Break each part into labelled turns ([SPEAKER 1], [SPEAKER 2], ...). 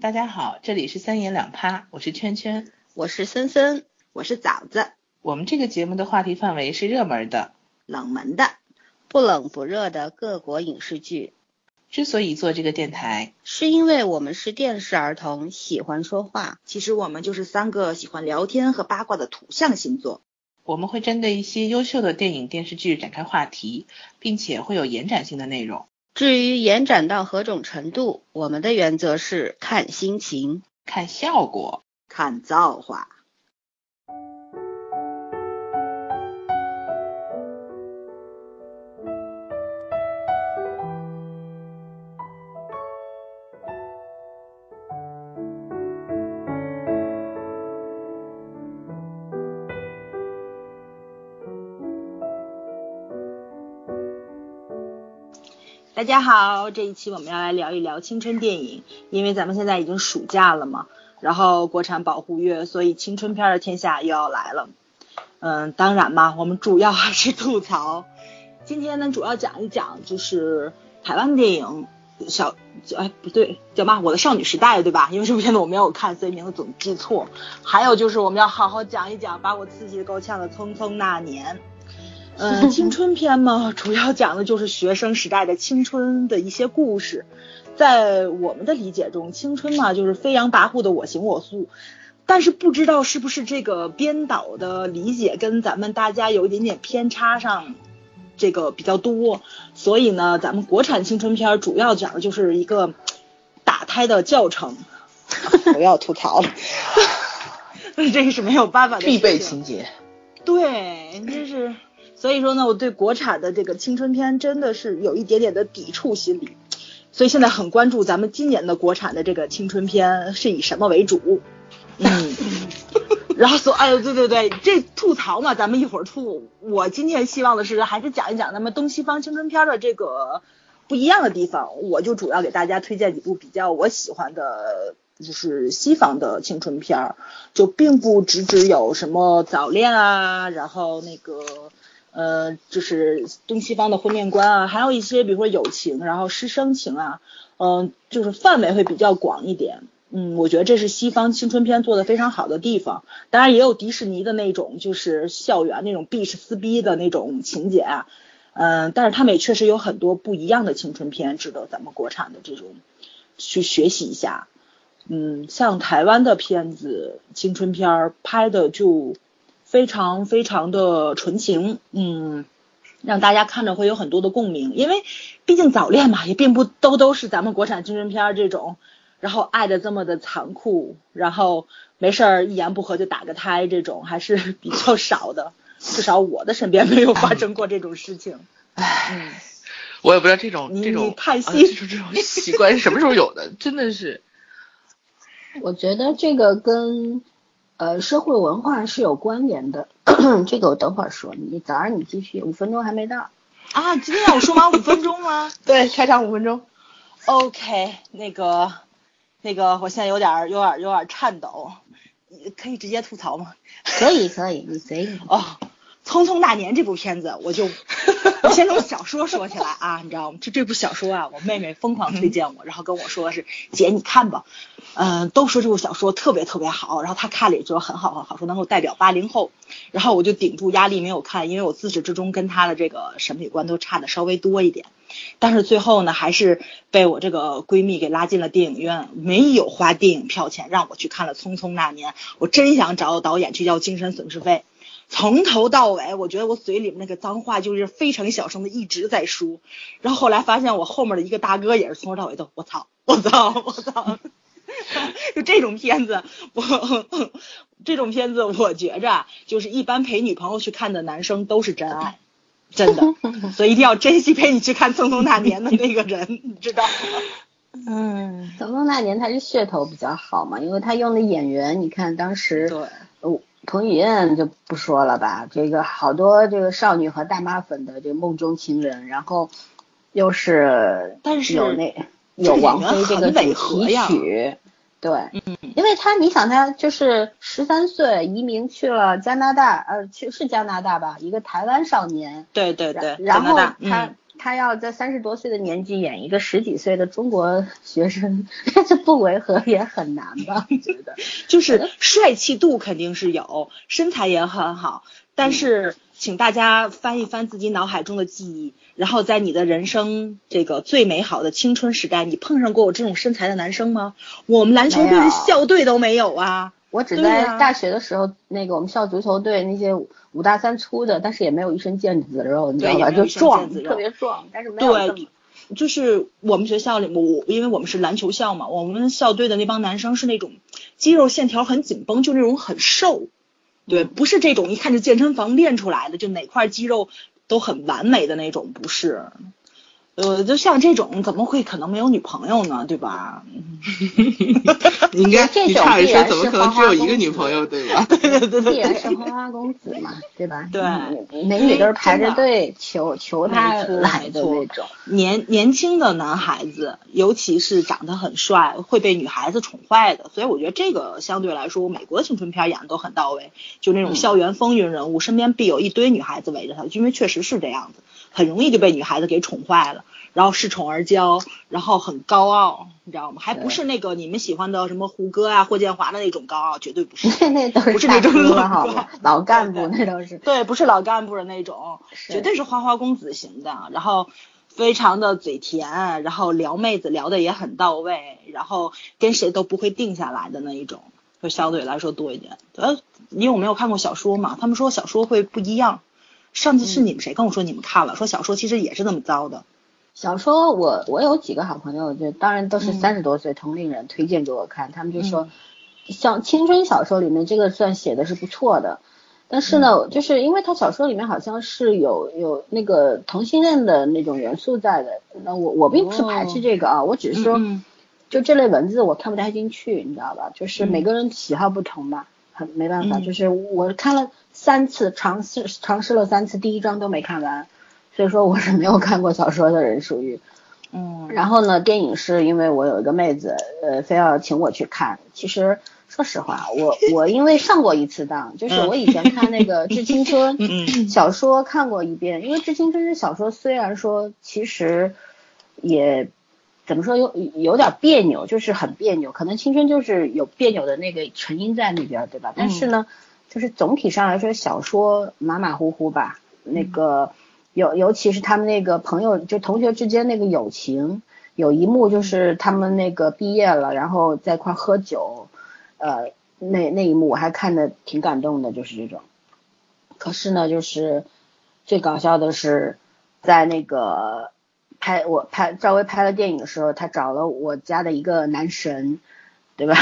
[SPEAKER 1] 大家好，这里是三言两趴，我是圈圈，
[SPEAKER 2] 我是森森，
[SPEAKER 3] 我是枣子。
[SPEAKER 1] 我们这个节目的话题范围是热门的、
[SPEAKER 3] 冷门的、
[SPEAKER 2] 不冷不热的各国影视剧。
[SPEAKER 1] 之所以做这个电台，
[SPEAKER 2] 是因为我们是电视儿童，喜欢说话。
[SPEAKER 3] 其实我们就是三个喜欢聊天和八卦的土象星座。
[SPEAKER 1] 我们会针对一些优秀的电影电视剧展开话题，并且会有延展性的内容。
[SPEAKER 2] 至于延展到何种程度，我们的原则是看心情、
[SPEAKER 1] 看效果、
[SPEAKER 3] 看造化。大家好，这一期我们要来聊一聊青春电影，因为咱们现在已经暑假了嘛，然后国产保护月，所以青春片的天下又要来了。当然嘛，我们主要还是吐槽。今天呢，主要讲一讲就是台湾电影不对，叫嘛，我的少女时代，对吧？因为这部片子我没有看，所以名字总记错。还有就是我们要好好讲一讲把我刺激的够呛的《匆匆那年》。青春片嘛，主要讲的就是学生时代的青春的一些故事。在我们的理解中，青春嘛就是飞扬跋扈的我行我素，但是不知道是不是这个编导的理解跟咱们大家有一点点偏差上这个比较多，所以呢，咱们国产青春片主要讲的就是一个打胎的教程。我要吐槽了，这个是没有办法的
[SPEAKER 1] 必备情节。
[SPEAKER 3] 对，真是。所以说呢，我对国产的这个青春片真的是有一点点的抵触心理，所以现在很关注咱们今年的国产的这个青春片是以什么为主。然后对，这吐槽嘛，咱们一会儿吐。我今天希望的是还是讲一讲咱们东西方青春片的这个不一样的地方，我就主要给大家推荐几部比较我喜欢的就是西方的青春片，就并不只有什么早恋啊，然后那个就是东西方的婚恋观啊，还有一些比如说友情，然后师生情啊，就是范围会比较广一点。我觉得这是西方青春片做的非常好的地方。当然也有迪士尼的那种就是校园那种必是撕逼的那种情节啊，但是他们也确实有很多不一样的青春片值得咱们国产的这种去学习一下。像台湾的片子青春片拍的就非常非常的纯情，让大家看着会有很多的共鸣，因为毕竟早恋嘛，也并不都是咱们国产青春片这种，然后爱的这么的残酷，然后没事儿一言不合就打个胎，这种还是比较少的，至少我的身边没有发生过这种事情。
[SPEAKER 1] 我也不知道这种
[SPEAKER 3] 你太细
[SPEAKER 1] 这种习惯是什么时候有的，真的是。
[SPEAKER 4] 我觉得这个跟社会文化是有关联的，这个我等会儿说。你早上你继续，5分钟还没到
[SPEAKER 3] 啊？今天让我说满5分钟吗？
[SPEAKER 1] 对，开场5分钟。
[SPEAKER 3] OK，那个，我现在有点颤抖，可以直接吐槽吗？
[SPEAKER 4] 可以，你随意。
[SPEAKER 3] 匆匆那年这部片子，我先从小说说起来啊，你知道吗？这部小说啊，我妹妹疯狂推荐我，然后跟我说是姐你看吧，都说这部小说特别特别好，然后她看了也觉得很好，说能够代表80后，然后我就顶住压力没有看，因为我自始至终跟她的这个审美观都差的稍微多一点，但是最后呢，还是被我这个闺蜜给拉进了电影院，没有花电影票钱让我去看了《匆匆那年》，我真想找导演去要精神损失费。从头到尾我觉得我嘴里面那个脏话就是非常小声的一直在说，然后后来发现我后面的一个大哥也是从头到尾都我操就这种片子我觉着就是一般陪女朋友去看的男生都是真爱，真的，所以一定要珍惜陪你去看《匆匆那年》的那个人，你知道吗？
[SPEAKER 4] 匆匆那年他是噱头比较好嘛，因为他用的演员，你看当时彭于晏就不说了吧，这个好多这个少女和大妈粉的这个梦中情人，然后又是有王菲这个主题曲，对，因为你想他就是13岁移民去了加拿大，是加拿大吧，一个台湾少年，
[SPEAKER 3] 对，
[SPEAKER 4] 然后他要在30多岁的年纪演一个10几岁的中国学生，这不违和也很难吧？我觉得
[SPEAKER 3] 就是帅气度肯定是有，身材也很好，但是请大家翻一翻自己脑海中的记忆，然后在你的人生这个最美好的青春时代，你碰上过我这种身材的男生吗？我们篮球队的校队都没有啊。
[SPEAKER 4] 我只在大学的时候，那个我们校足球队那些5大3粗的，但是也没有一身腱子肉，你知道吧？就壮，特别壮，但是没有这么。
[SPEAKER 3] 对，就是我们学校里，因为我们是篮球校嘛，我们校队的那帮男生是那种肌肉线条很紧绷，就那种很瘦，对，不是这种一看就健身房练出来的，就哪块肌肉都很完美的那种，不是。就像这种怎么会可能没有女朋友呢，对吧？
[SPEAKER 1] 你差点说怎么可能只有一个女朋友，对吧？
[SPEAKER 3] 对，
[SPEAKER 4] 必然是花花公子嘛，对吧？
[SPEAKER 3] 对，
[SPEAKER 4] 美女都是排着队求他来的那种。
[SPEAKER 3] 年轻的男孩子，尤其是长得很帅，会被女孩子宠坏的。所以我觉得这个相对来说，美国青春片演的都很到位，就那种校园风云人物，身边必有一堆女孩子围着他，因为确实是这样子。很容易就被女孩子给宠坏了，然后恃宠而骄，然后很高傲，你知道吗？还不是那个你们喜欢的什么胡歌啊、霍建华的那种高傲，绝对不是。
[SPEAKER 4] 那都是
[SPEAKER 3] 不是那种
[SPEAKER 4] 老干部，那都是。
[SPEAKER 3] 对，不是老干部的那种，绝对是花花公子型的，然后非常的嘴甜，然后撩妹子撩的也很到位，然后跟谁都不会定下来的那一种，就相对来说多一点。你有没有看过小说嘛？他们说小说会不一样。上次是你们谁跟我说你们看了，说小说其实也是那么糟的。
[SPEAKER 4] 小说我有几个好朋友，就当然都是30多岁同龄人推荐给我看，他们就说像青春小说里面这个算写的是不错的，但是呢，就是因为他小说里面好像是有那个同性恋的那种元素在的，那我并不是排斥这个啊，我只是说就这类文字我看不太进去，你知道吧？就是每个人喜好不同吧。没办法，就是我看了3次，尝试了3次，第一章都没看完，所以说我是没有看过小说的人，属于然后呢，电影是因为我有一个妹子非要请我去看，其实说实话，我因为上过一次当，就是我以前看那个《致青春》小说看过一遍，因为《致青春》这小说虽然说其实也怎么说有点别扭，就是很别扭，可能青春就是有别扭的那个成因在那边，对吧？但是呢，就是总体上来说，小说马马虎虎吧。那个尤其是他们那个朋友，就同学之间那个友情，有一幕就是他们那个毕业了，然后在一块喝酒，那一幕我还看得挺感动的，就是这种。可是呢，就是最搞笑的是在那个。赵薇拍了电影的时候，他找了我家的一个男神，对吧？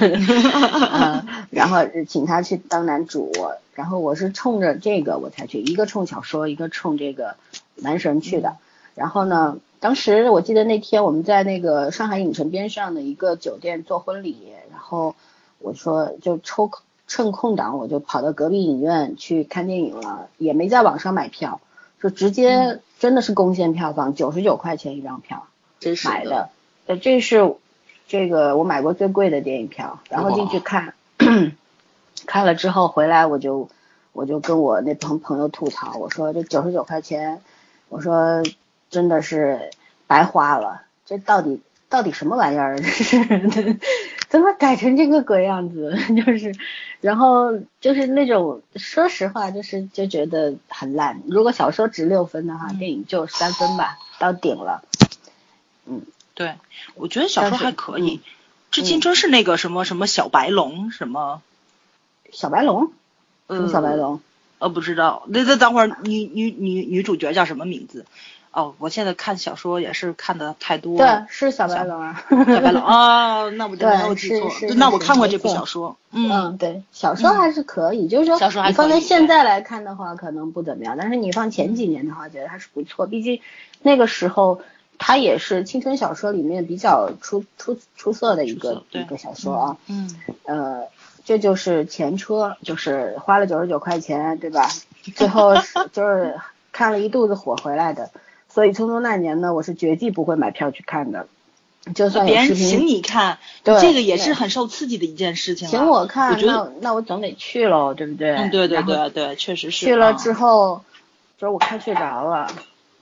[SPEAKER 4] 然后请他去当男主，然后我是冲着这个我才去，一个冲小说，一个冲这个男神去的。然后呢，当时我记得那天我们在那个上海影城边上的一个酒店做婚礼，然后我说就趁空档我就跑到隔壁影院去看电影了，也没在网上买票。就直接真的是贡献票房，99块钱一张票，买的。这是这个我买过最贵的电影票，然后进去看，看了之后回来我就跟我那朋友吐槽，我说这99块钱，我说真的是白花了，这到底什么玩意儿？怎么改成这个鬼样子？就是，然后就是那种，说实话，就觉得很烂。如果小说值6分的话，电影就3分吧，到顶了。
[SPEAKER 3] 对，我觉得小说还可以。致青春是那个什么小白龙什么？
[SPEAKER 4] 小白龙？什么小白龙？
[SPEAKER 3] 不知道。那等会儿女主角叫什么名字？哦，我现在看小说也是看的太多了。
[SPEAKER 4] 对，是小白龙啊。
[SPEAKER 3] 小白龙啊，那我就没有记错。那我看过这部小说。
[SPEAKER 4] 对，小说还是可以，就是说你放在现在来看的话，可能不怎么样，但是你放前几年的话，觉得还是不错。毕竟那个时候，它也是青春小说里面比较出色的一个小说啊。这就是前车，就是花了99块钱，对吧？最后就是看了一肚子火回来的。所以《匆匆那年》呢，我是绝技不会买票去看的，就算
[SPEAKER 3] 别人请你看，
[SPEAKER 4] 对，
[SPEAKER 3] 这个也是很受刺激的一件事情。
[SPEAKER 4] 请我看，那我总得去喽，对不对？
[SPEAKER 3] 对，确实是。
[SPEAKER 4] 去了之后，就是我看睡着了，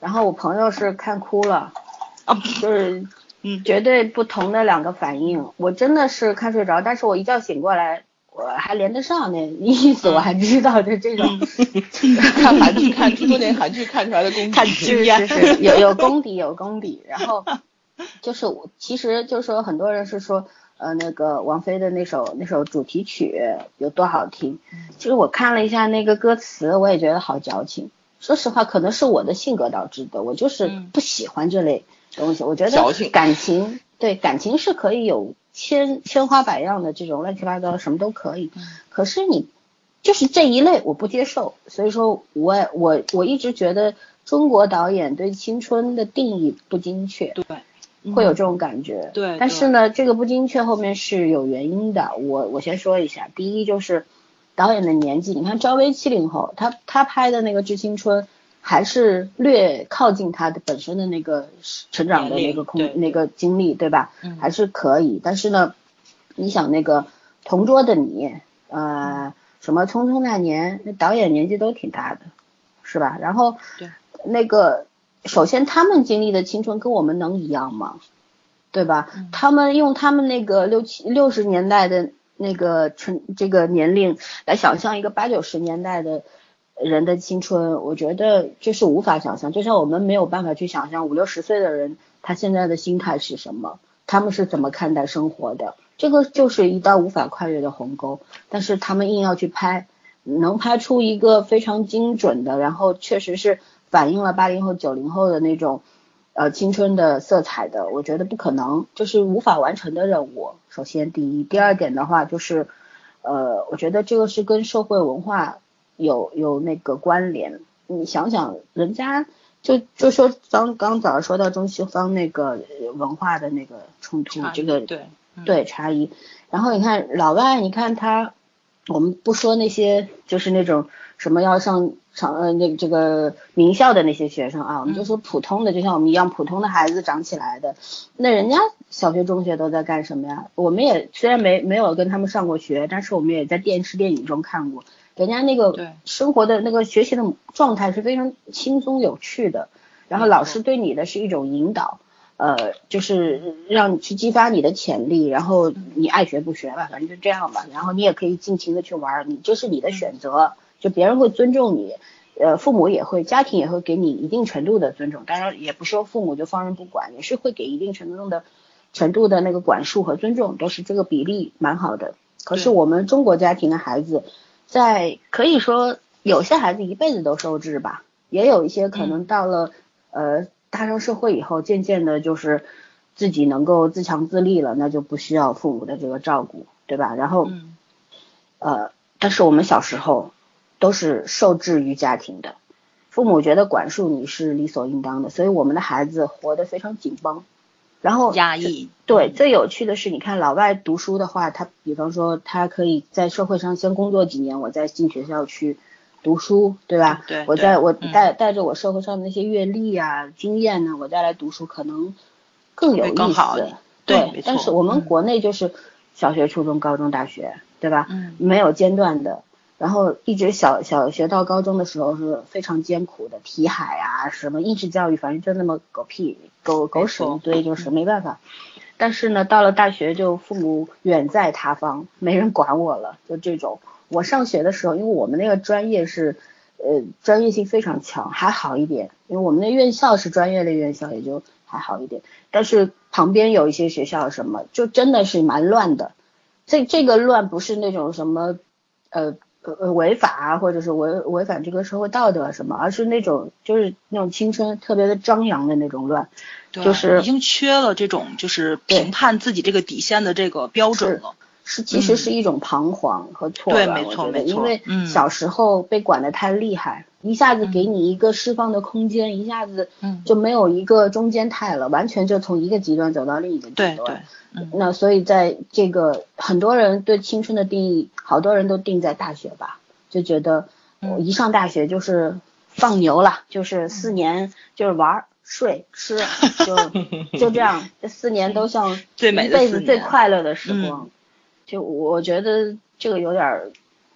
[SPEAKER 4] 然后我朋友是看哭了，就是绝对不同的两个反应。我真的是看睡着，但是我一觉醒过来，我还连得上那意思，我还知道这种
[SPEAKER 1] 看韩剧看多年韩剧看出来的功底，
[SPEAKER 4] 是有功底。然后就是其实就是说很多人是说那个王菲的那首主题曲有多好听，其实我看了一下那个歌词，我也觉得好矫情。说实话，可能是我的性格导致的，我就是不喜欢这类东西。我觉得感情是可以有千花百样的这种乱七八糟什么都可以，可是你就是这一类我不接受。所以说我一直觉得中国导演对青春的定义不精确，
[SPEAKER 3] 对，
[SPEAKER 4] 会有这种感觉。
[SPEAKER 3] 对，
[SPEAKER 4] 但是呢，这个不精确后面是有原因的。我先说一下，第一就是导演的年纪，你看赵薇70后，他拍的那个致青春还是略靠近他的本身的那个成长的那个经历，对吧？还是可以。但是呢，你想那个同桌的你，什么匆匆那年，那导演年纪都挺大的，是吧？然后那个首先他们经历的青春跟我们能一样吗？对吧？他们用他们那个60年代的那个这个年龄来想象一个80、90年代的人的青春，我觉得这是无法想象。就像我们没有办法去想象50、60岁的人他现在的心态是什么，他们是怎么看待生活的，这个就是一道无法跨越的鸿沟。但是他们硬要去拍，能拍出一个非常精准的，然后确实是反映了80后、90后的那种青春的色彩的，我觉得不可能，就是无法完成的任务。首先第一，第二点的话就是我觉得这个是跟社会文化有那个关联。你想想人家就说刚早说到中西方那个文化的那个冲突，这个对差异。然后你看老外，你看他，我们不说那些就是那种什么要上这个名校的那些学生啊，我们就说普通的，就像我们一样普通的孩子长起来的，那人家小学中学都在干什么呀？我们也虽然没有跟他们上过学，但是我们也在电视电影中看过，人家那个生活的那个学习的状态是非常轻松有趣的，然后老师对你的是一种引导，就是让你去激发你的潜力，然后你爱学不学吧，反正就这样吧，然后你也可以尽情的去玩，你这是你的选择，就别人会尊重你，父母也会，家庭也会给你一定程度的尊重，当然也不说父母就放任不管，也是会给一定程度的那个管束和尊重，都是这个比例蛮好的。可是我们中国家庭的孩子，在可以说有些孩子一辈子都受制吧，也有一些可能到了踏上社会以后，渐渐的就是自己能够自强自立了，那就不需要父母的这个照顾，对吧？然后但是我们小时候都是受制于家庭的，父母觉得管束你是理所应当的，所以我们的孩子活得非常紧绷，然后
[SPEAKER 3] 压抑。
[SPEAKER 4] 对，最有趣的是，你看老外读书的话，他比方说他可以在社会上先工作几年，我再进学校去读书，对吧？
[SPEAKER 3] 对，
[SPEAKER 4] 我带着我社会上的那些阅历啊、经验呢，我再来读书，可能更有意思，
[SPEAKER 3] 更好。
[SPEAKER 4] 对，但是我们国内就是小学、初中、高中、大学，对吧？没有间断的。然后一直小学到高中的时候是非常艰苦的，题海啊，什么应试教育，反正就那么狗屎一堆，就是没办法。但是呢，到了大学就父母远在他方，没人管我了，就这种。我上学的时候，因为我们那个专业是专业性非常强，还好一点，因为我们的院校是专业类院校，也就还好一点。但是旁边有一些学校什么，就真的是蛮乱的。这个乱不是那种什么违法啊，或者是违反这个社会道德什么，而是那种就是那种青春特别的张扬的那种乱，就是
[SPEAKER 3] 已经缺了这种就是评判自己这个底线的这个标准了。
[SPEAKER 4] 是其实是一种彷徨和错
[SPEAKER 3] 乱。对，没错，
[SPEAKER 4] 因为小时候被管得太厉害，一下子给你一个释放的空间，一下子就没有一个中间态了，完全就从一个极端走到另一个极端。
[SPEAKER 3] 对。
[SPEAKER 4] 那所以在这个很多人对青春的定义，好多人都定在大学吧，就觉得我一上大学就是放牛了，就是4年就是玩睡吃，就这样，这4年都像一辈子最快乐的时光。就我觉得这个有点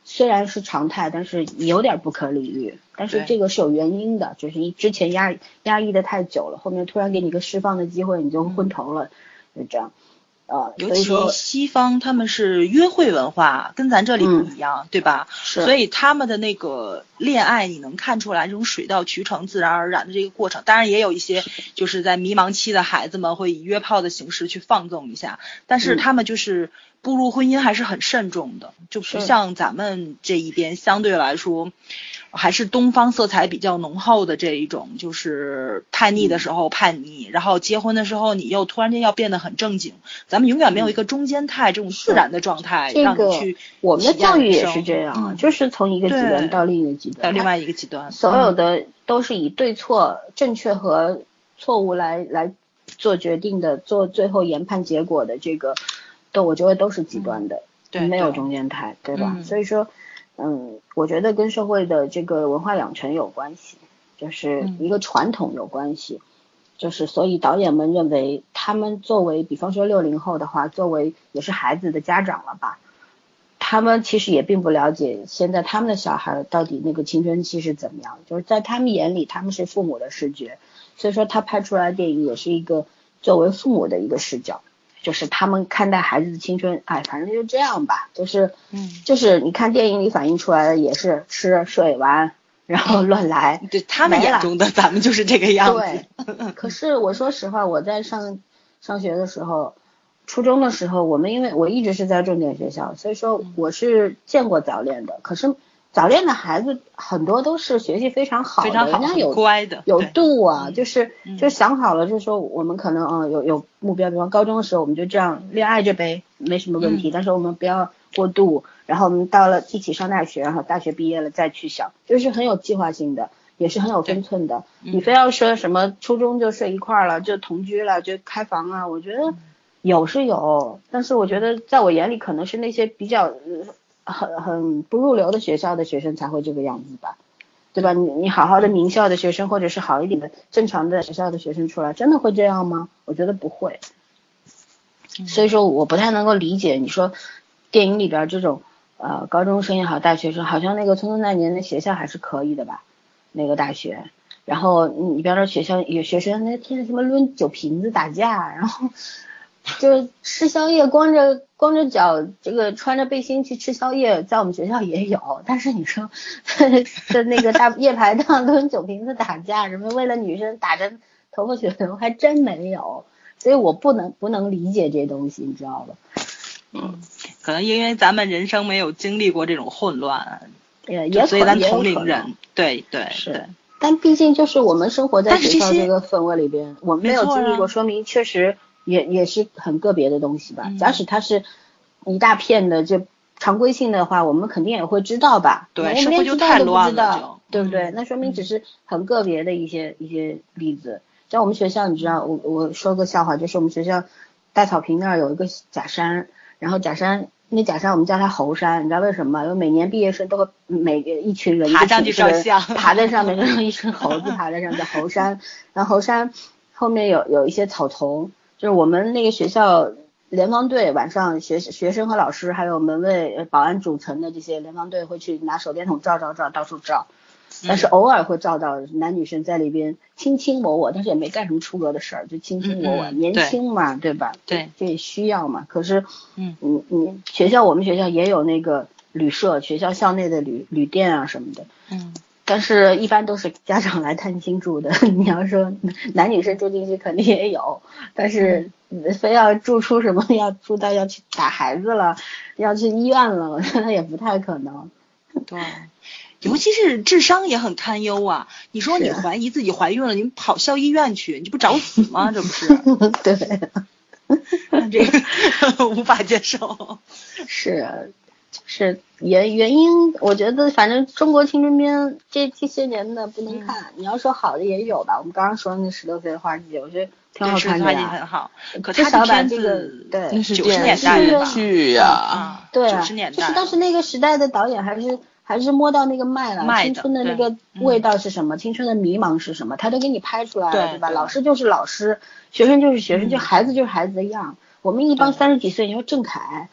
[SPEAKER 4] 虽然是常态，但是有点不可理喻。但是这个是有原因的，就是之前压抑的太久了，后面突然给你个释放的机会，你就昏头了，就这样。
[SPEAKER 3] 尤其西方他们是约会文化，跟咱这里不一样，对吧？
[SPEAKER 4] 是。
[SPEAKER 3] 所以他们的那个恋爱，你能看出来这种水到渠成、自然而然的这个过程。当然也有一些就是在迷茫期的孩子们会以约炮的形式去放纵一下，但是他们就是步入婚姻还是很慎重的，就不像咱们这一边相对来说还是东方色彩比较浓厚的这一种，就是叛逆的时候叛逆，然后结婚的时候你又突然间要变得很正经，咱们永远没有一个中间态，这种自然的状态让你去。
[SPEAKER 4] 我们的教育也是这样，就是从一个极端到另一个极端，
[SPEAKER 3] 到另外一个极端，
[SPEAKER 4] 所有的都是以对错、正确和错误来做决定的，做最后研判结果的这个，我觉得都是极端的，没有中间态，对吧？所以说。我觉得跟社会的这个文化养成有关系，就是一个传统有关系，就是所以导演们认为他们作为比方说60后的话，作为也是孩子的家长了吧，他们其实也并不了解现在他们的小孩到底那个青春期是怎么样，就是在他们眼里他们是父母的视觉，所以说他拍出来的电影也是一个作为父母的一个视角，就是他们看待孩子的青春，反正就这样吧，就是你看电影里反映出来的也是吃睡玩，然后乱来，
[SPEAKER 3] 对他们眼中的咱们就是这个样子。
[SPEAKER 4] 对，可是我说实话，我在上学的时候，初中的时候，因为我一直是在重点学校，所以说我是见过早恋的，可是早恋的孩子很多都是学习非常好的，人家有
[SPEAKER 3] 乖的，
[SPEAKER 4] 有度啊，就想好了，就是说我们可能有目标，比方高中的时候我们就这样恋爱着呗，没什么问题，但是我们不要过度，然后我们到了一起上大学，然后大学毕业了再去想，就是很有计划性的，也是很有分寸的。你非要说什么初中就睡一块了，就同居了，就开房啊，我觉得有是有，但是我觉得在我眼里可能是那些比较很不入流的学校的学生才会这个样子吧，对吧？你好好的名校的学生，或者是好一点的正常的学校的学生出来，真的会这样吗？我觉得不会。所以说我不太能够理解你说电影里边这种高中生也好，大学生，好像那个匆匆那年的学校还是可以的吧，那个大学。然后你比方说学校有学生那天什么抡酒瓶子打架，然后就吃宵夜，光着脚，这个穿着背心去吃宵夜，在我们学校也有。但是你说在那个大夜排档抡酒瓶子打架，什么为了女生打着头发血流，还真没有。所以我不能理解这些东西，你知道吧？
[SPEAKER 3] 可能因为咱们人生没有经历过这种混乱，
[SPEAKER 4] 所
[SPEAKER 3] 以咱同龄人，对
[SPEAKER 4] 是。但毕竟就是我们生活在学校这个氛围里边，我们没有经历过，说明确实也是很个别的东西吧。假使它是一大片的就常规性的话，我们肯定也会知道吧。
[SPEAKER 3] 对，生活就太乱了，
[SPEAKER 4] 对不对？那说明只是很个别的一些例子。像我们学校，你知道，我说个笑话，就是我们学校大草坪那儿有一个假山，然后假山我们叫它猴山，你知道为什么吗？因为每年毕业生都会一群人
[SPEAKER 3] 爬上去照相，
[SPEAKER 4] 爬在上面，然后一群猴子爬在上面叫猴山，然后猴山后面有一些草丛，就是我们那个学校联防队晚上学生和老师还有门卫保安组成的这些联防队会去拿手电筒照到处照，但是偶尔会照到男女生在里边卿卿我我，但是也没干什么出格的事儿，就卿卿我我，年轻嘛，对吧？
[SPEAKER 3] 对，
[SPEAKER 4] 这也需要嘛。可是你我们学校也有那个旅社，学校校内的旅店啊什么的，但是一般都是家长来探亲住的。你要说男女生住进去肯定也有，但是非要住出什么要住到要去打孩子了，要去医院了，我觉得也不太可能。
[SPEAKER 3] 对，尤其是智商也很堪忧啊！你说你怀疑自己怀孕了，你跑校医院去，你这不找死吗？这不是？
[SPEAKER 4] 对，
[SPEAKER 3] 这个无法接受。
[SPEAKER 4] 是原因，我觉得反正中国青春片这些年的不能看，你要说好的也有吧。我们刚刚说那16岁的花季，我觉得挺好看的呀，
[SPEAKER 3] 很好。可
[SPEAKER 4] 至少把这个对
[SPEAKER 3] 90年代的
[SPEAKER 5] 剧呀，
[SPEAKER 4] 对
[SPEAKER 3] ，90年代。
[SPEAKER 4] 但是那个时代的导演还是摸到那个脉了，青春的那个味道是什么，青春的迷茫是什么，他都给你拍出来了，对吧？老师就是老师，学生就是学生，就孩子就是孩子的样。我们一帮30几岁，你说郑恺，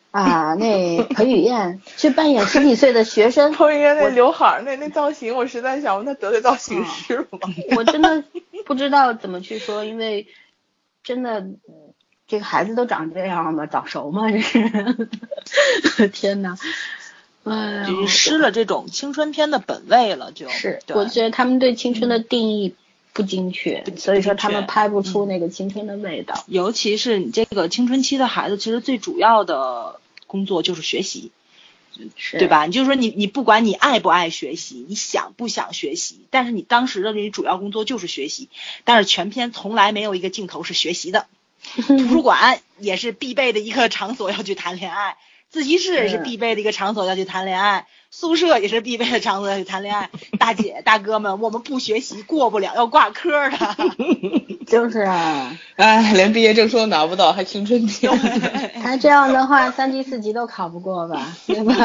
[SPEAKER 4] 啊，那彭于晏去扮演10几岁的学生，
[SPEAKER 1] 彭于晏那刘海那造型，我实在想问他得罪造型师了吗？
[SPEAKER 4] 我真的不知道怎么去说，因为真的这个孩子都长这样了吗？早熟吗？这是天哪！
[SPEAKER 3] 就是失了这种青春片的本味了，
[SPEAKER 4] 就是我觉得他们对青春的定义不精确，所以说他们拍不出那个青春的味道。
[SPEAKER 3] 尤其是你这个青春期的孩子，其实最主要的工作就是学习，对吧？你就是说你不管你爱不爱学习，你想不想学习，但是你当时的你主要工作就是学习，但是全片从来没有一个镜头是学习的。图书馆也是必备的一个场所，要去谈恋爱。自习室也是必备的一个场所，要去谈恋爱；宿舍也是必备的场所，要去谈恋爱。大姐大哥们，我们不学习过不了，要挂科的。
[SPEAKER 4] 就是啊，
[SPEAKER 1] 哎，连毕业证书都拿不到，还青春片。
[SPEAKER 4] 他这样的话，3级4级都考不过吧，对吧？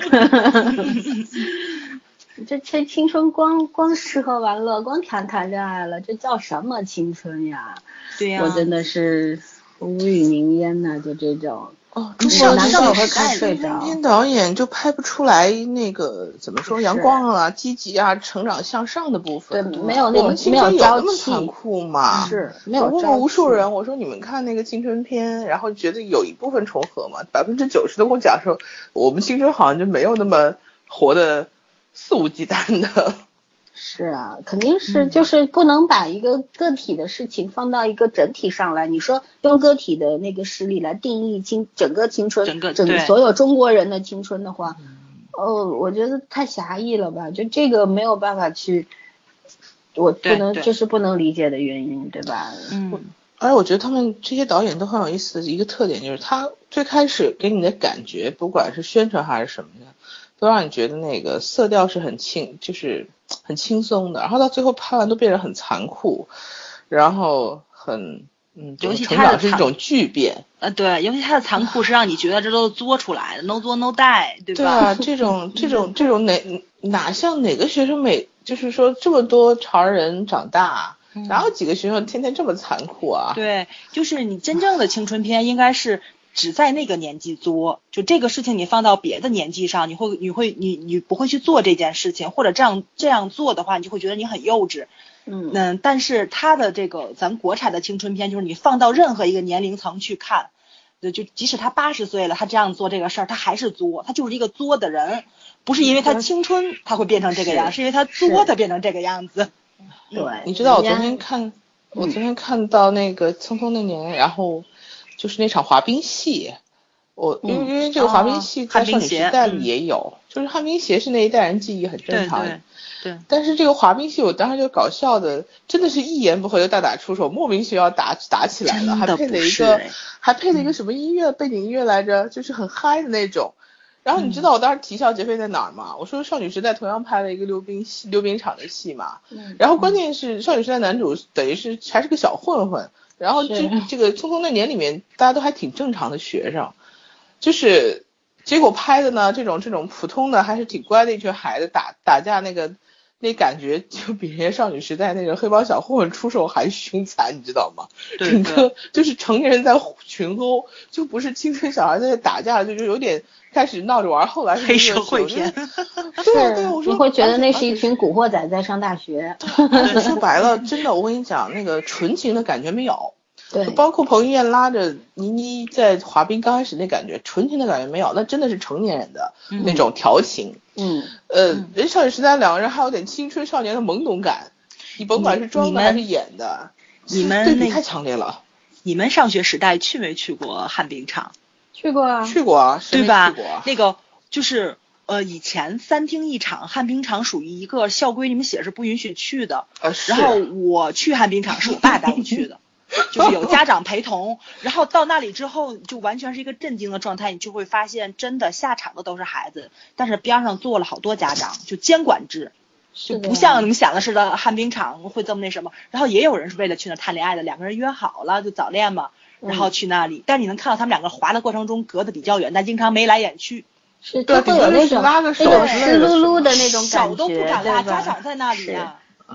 [SPEAKER 4] 这青春光吃喝玩乐，光谈恋爱了，这叫什么青春呀？
[SPEAKER 3] 对呀，
[SPEAKER 4] 我真的是无语凝咽呐，就这种。
[SPEAKER 1] 中国
[SPEAKER 4] 难道会看睡着？
[SPEAKER 1] 片导演就拍不出来那个怎么说阳光啊、积极啊、成长向上的部分。
[SPEAKER 4] 对，没有那种
[SPEAKER 1] 没有那么残酷嘛。
[SPEAKER 4] 是，没有。
[SPEAKER 1] 我问过无数人，我说你们看那个青春片，然后觉得有一部分重合嘛？90%都跟我讲说，我们青春好像就没有那么活得肆无忌惮的。
[SPEAKER 4] 是啊，肯定是，就是不能把一个个体的事情放到一个整体上来。你说用个体的那个实力来定义整个青春，整个所有中国人的青春的话，我觉得太狭义了吧？就这个没有办法去，我不能，这是不能理解的原因，对吧？
[SPEAKER 1] 我觉得他们这些导演都很有意思的一个特点，就是他最开始给你的感觉，不管是宣传还是什么的，都让你觉得那个色调是就是很轻松的，然后到最后拍完都变得很残酷，然后
[SPEAKER 3] 尤其
[SPEAKER 1] 成长是一种巨变。
[SPEAKER 3] 对，尤其他的残酷是让你觉得这都是作出来的 ，no 作 no die， 对吧？
[SPEAKER 1] 对啊，这种哪像哪个学生就是说这么多潮人长大，哪有几个学生天天这么残酷啊？
[SPEAKER 3] 对，就是你真正的青春片应该是只在那个年纪作，就这个事情你放到别的年纪上，你不会去做这件事情，或者这样做的话，你就会觉得你很幼稚。但是他的这个咱国产的青春片，就是你放到任何一个年龄层去看，就即使他80岁了，他这样做这个事儿，他还是作，他就是一个作的人，不是因为他青春他会变成这个样，是因为他作他变成这个样子。
[SPEAKER 4] 对，
[SPEAKER 1] 你知道我昨天看到那个《匆匆那年》，然后就是那场滑冰戏，因为这个滑冰戏在少女时代里也有，就是旱冰鞋是那一代人记忆很正常的。
[SPEAKER 3] 对，
[SPEAKER 1] 但是这个滑冰戏我当时就搞笑的，真的是一言不合就大打出手，莫名其妙打起来了，还配了一个什么音乐背景音乐来着，就是很嗨的那种。然后你知道我当时啼笑皆非在哪儿吗？我说少女时代同样拍了一个溜冰场的戏嘛，然后关键是少女时代男主等于是还是个小混混，然后这个匆匆那年里面大家都还挺正常的学生，就是结果拍的呢这种普通的还是挺乖的一群孩子打架那感觉就比人家少女时代那种黑帮小混混出手还凶残，你知道吗？整个就是成年人在群殴，就不是青春小孩在打架，就有点开始闹着玩，后来是
[SPEAKER 3] 黑社会片。
[SPEAKER 1] 对，我说
[SPEAKER 4] 你会觉得那是一群古惑仔在上大学。
[SPEAKER 1] 说白了，真的，我跟你讲，那个纯情的感觉没有。
[SPEAKER 4] 对，
[SPEAKER 1] 包括彭于晏拉着倪妮在滑冰刚开始那感觉，纯情的感觉没有，那真的是成年人的那种调情。人少女时代两个人还有点青春少年的懵懂感，你甭管是装的还是演的，
[SPEAKER 3] 你们
[SPEAKER 1] 对比太强烈了。
[SPEAKER 3] 你们上学时代去没去过旱冰场？
[SPEAKER 4] 去过啊，
[SPEAKER 3] 对吧？那个就是以前3厅1场，旱冰场属于一个校规里面写是不允许去的。然后我去旱冰场是我爸带我去的。就是有家长陪同，然后到那里之后就完全是一个震惊的状态，你就会发现真的下场的都是孩子，但是边上坐了好多家长，就监管制，就不像你们想的似的旱冰场会这么那什么。然后也有人是为了去那谈恋爱的，2个人约好了就早恋嘛，然后去那里，但是你能看到他们2个滑的过程中隔得比较远，但经常眉来眼去，
[SPEAKER 4] 是就会有那种湿漉漉的那种感觉，
[SPEAKER 3] 手都不敢拉，家长在那里呀。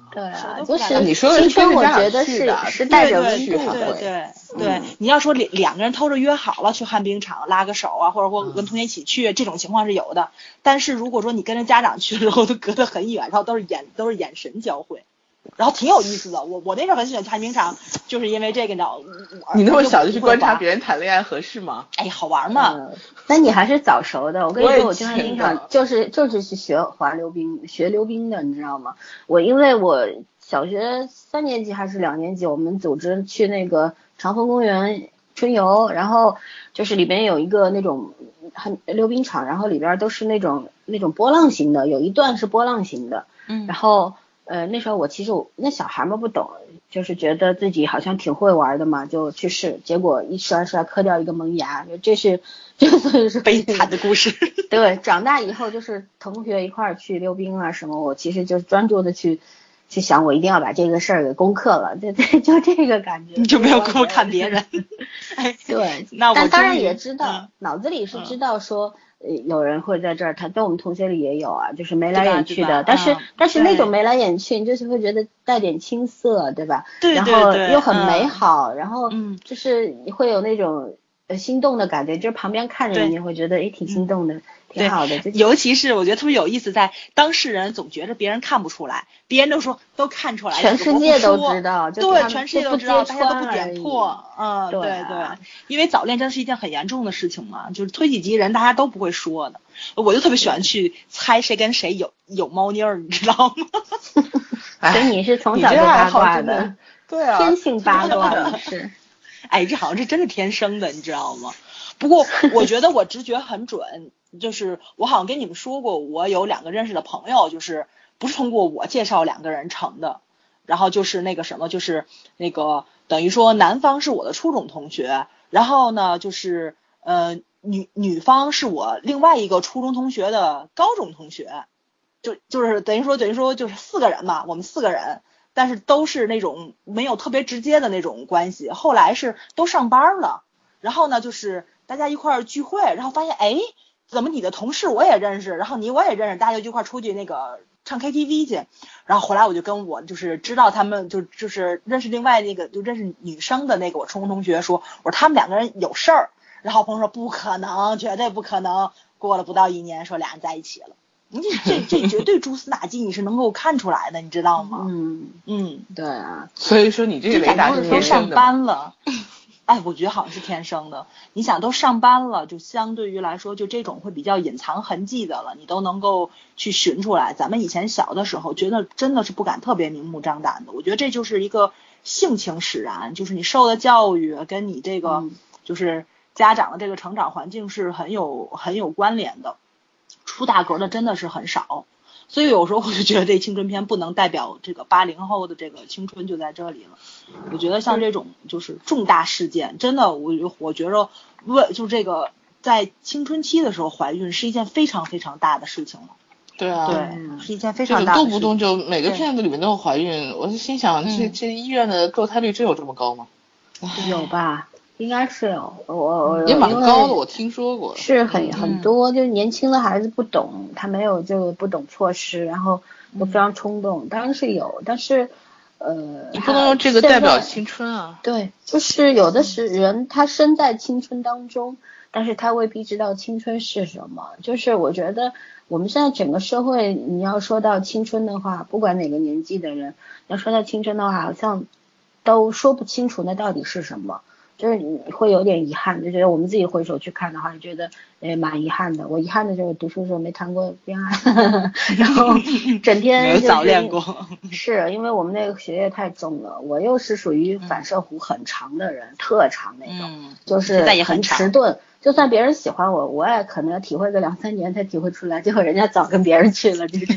[SPEAKER 4] 对啊，就是
[SPEAKER 1] 你说的
[SPEAKER 4] 青春，我觉得是带着温度的。
[SPEAKER 3] 对，你要说两个人偷着约好了去旱冰场拉个手啊，或者跟同学一起去，这种情况是有的。但是如果说你跟着家长去的时候都隔得很远，然后都是眼神交汇，然后挺有意思的。我那时候很喜欢去旱冰场，就是因为这个，
[SPEAKER 1] 你那么小就去观察别人谈恋爱合适吗？
[SPEAKER 3] 哎，好玩嘛。
[SPEAKER 4] 那你还是早熟的。我跟你说，我去旱冰场就是去学溜冰的，你知道吗？因为我小学3年级还是2年级，我们组织去那个长风公园春游，然后就是里边有一个那种溜冰场，然后里边都是那种波浪形的，有一段是波浪形的。然后那时候其实那小孩们不懂，就是觉得自己好像挺会玩的嘛，就去试，结果一摔磕掉一个门牙，这所以是
[SPEAKER 3] 悲惨的故事。
[SPEAKER 4] 对，长大以后就是同学一块儿去溜冰啊什么，我其实就专注的去想，我一定要把这个事儿给攻克了，就这个感觉。
[SPEAKER 3] 你就没有空看别人。
[SPEAKER 4] 对，
[SPEAKER 3] 那我
[SPEAKER 4] 但当然也知道，脑子里是知道说。有人会在这儿，在我们同学里也有啊，就是眉来眼去的，但是那种眉来眼去，你就是会觉得带点青涩，对吧？
[SPEAKER 3] 对，
[SPEAKER 4] 然后又很美好，然后就是会有那种心动的感觉，就是旁边看着你会觉得挺心动的，挺好的。
[SPEAKER 3] 尤其是我觉得特别有意思，在当事人总觉得别人看不出来，别人都说都看出来，
[SPEAKER 4] 全世界都知道，
[SPEAKER 3] 对，全世界都知道，大家都不点破。
[SPEAKER 4] 对，
[SPEAKER 3] 因为早恋真是一件很严重的事情嘛，就是推己及人，大家都不会说的。我就特别喜欢去猜谁跟谁有猫腻儿，你知道吗？
[SPEAKER 4] 所以你是从小就八卦的，
[SPEAKER 1] 对啊，
[SPEAKER 4] 天性八卦是。
[SPEAKER 3] 哎，这好像是真的天生的，你知道吗？不过我觉得我直觉很准，就是我好像跟你们说过，我有2个认识的朋友，就是不是通过我介绍2个人成的，然后就是那个什么，就是那个等于说男方是我的初中同学，然后呢就是女方是我另外一个初中同学的高中同学，就是等于说就是4个人嘛，我们4个人。但是都是那种没有特别直接的那种关系，后来是都上班了，然后呢就是大家一块儿聚会，然后发现怎么你的同事我也认识，然后我也认识，大家就一块儿出去那个唱 KTV 去，然后后来我就跟我就是知道他们就是认识另外那个就认识女生的那个我初中同学说，我说他们2个人有事儿，然后朋友说不可能，绝对不可能，过了不到1年说俩人在一起了。你这绝对蛛丝马迹，你是能够看出来的，你知道吗？
[SPEAKER 4] 对啊。
[SPEAKER 1] 所以说你这个雷达是
[SPEAKER 3] 都上班了，哎，我觉得好像是天生的。你想都上班了，就相对于来说，就这种会比较隐藏痕迹的了，你都能够去寻出来。咱们以前小的时候，觉得真的是不敢特别明目张胆的。我觉得这就是一个性情使然，就是你受的教育跟你这个就是家长的这个成长环境是很有关联的。出大格的真的是很少，所以有时候我就觉得这青春片不能代表这个80后的这个青春就在这里了。我觉得像这种就是重大事件，真的我觉得就这个在青春期的时候怀孕是一件非常非常大的事情了。
[SPEAKER 1] 对啊，
[SPEAKER 3] 对，是一件非常大的事情。
[SPEAKER 1] 动不动就每个片子里面都有怀孕，我就心想这医院的堕胎率真有这么高吗？
[SPEAKER 4] 有吧。应该是我
[SPEAKER 1] 也蛮高的，我听说过
[SPEAKER 4] 是很多，就是年轻的孩子不懂，他没有就不懂措施，然后都非常冲动，当然是有，但是
[SPEAKER 1] 你不能用这个代表青春啊。
[SPEAKER 4] 对，就是有的是人他身在青春当中，但是他未必知道青春是什么。就是我觉得我们现在整个社会，你要说到青春的话，不管哪个年纪的人，要说到青春的话，好像都说不清楚那到底是什么。就是你会有点遗憾，就觉得我们自己回首去看的话，就觉得蛮遗憾的。我遗憾的就是读书的时候没谈过恋爱，然后整天
[SPEAKER 3] 没有早恋过。
[SPEAKER 4] 是因为我们那个学业太重了，我又是属于反射弧很长的人，特长那种，就是很迟钝。就算别人喜欢我，我也可能要体会个2-3年才体会出来，结果人家早跟别人去了，就是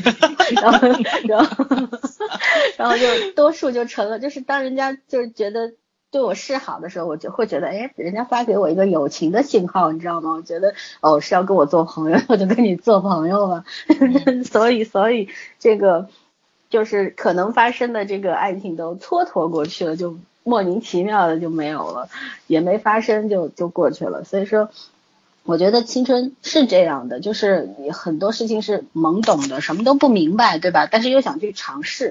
[SPEAKER 4] 然后就多数就成了，就是当人家就是觉得对我示好的时候，我就会觉得人家发给我一个友情的信号，你知道吗？我觉得是要跟我做朋友，我就跟你做朋友了。所以这个就是可能发生的这个爱情都蹉跎过去了，就莫名其妙的就没有了，也没发生就过去了。所以说我觉得青春是这样的，就是很多事情是懵懂的，什么都不明白，对吧？但是又想去尝试，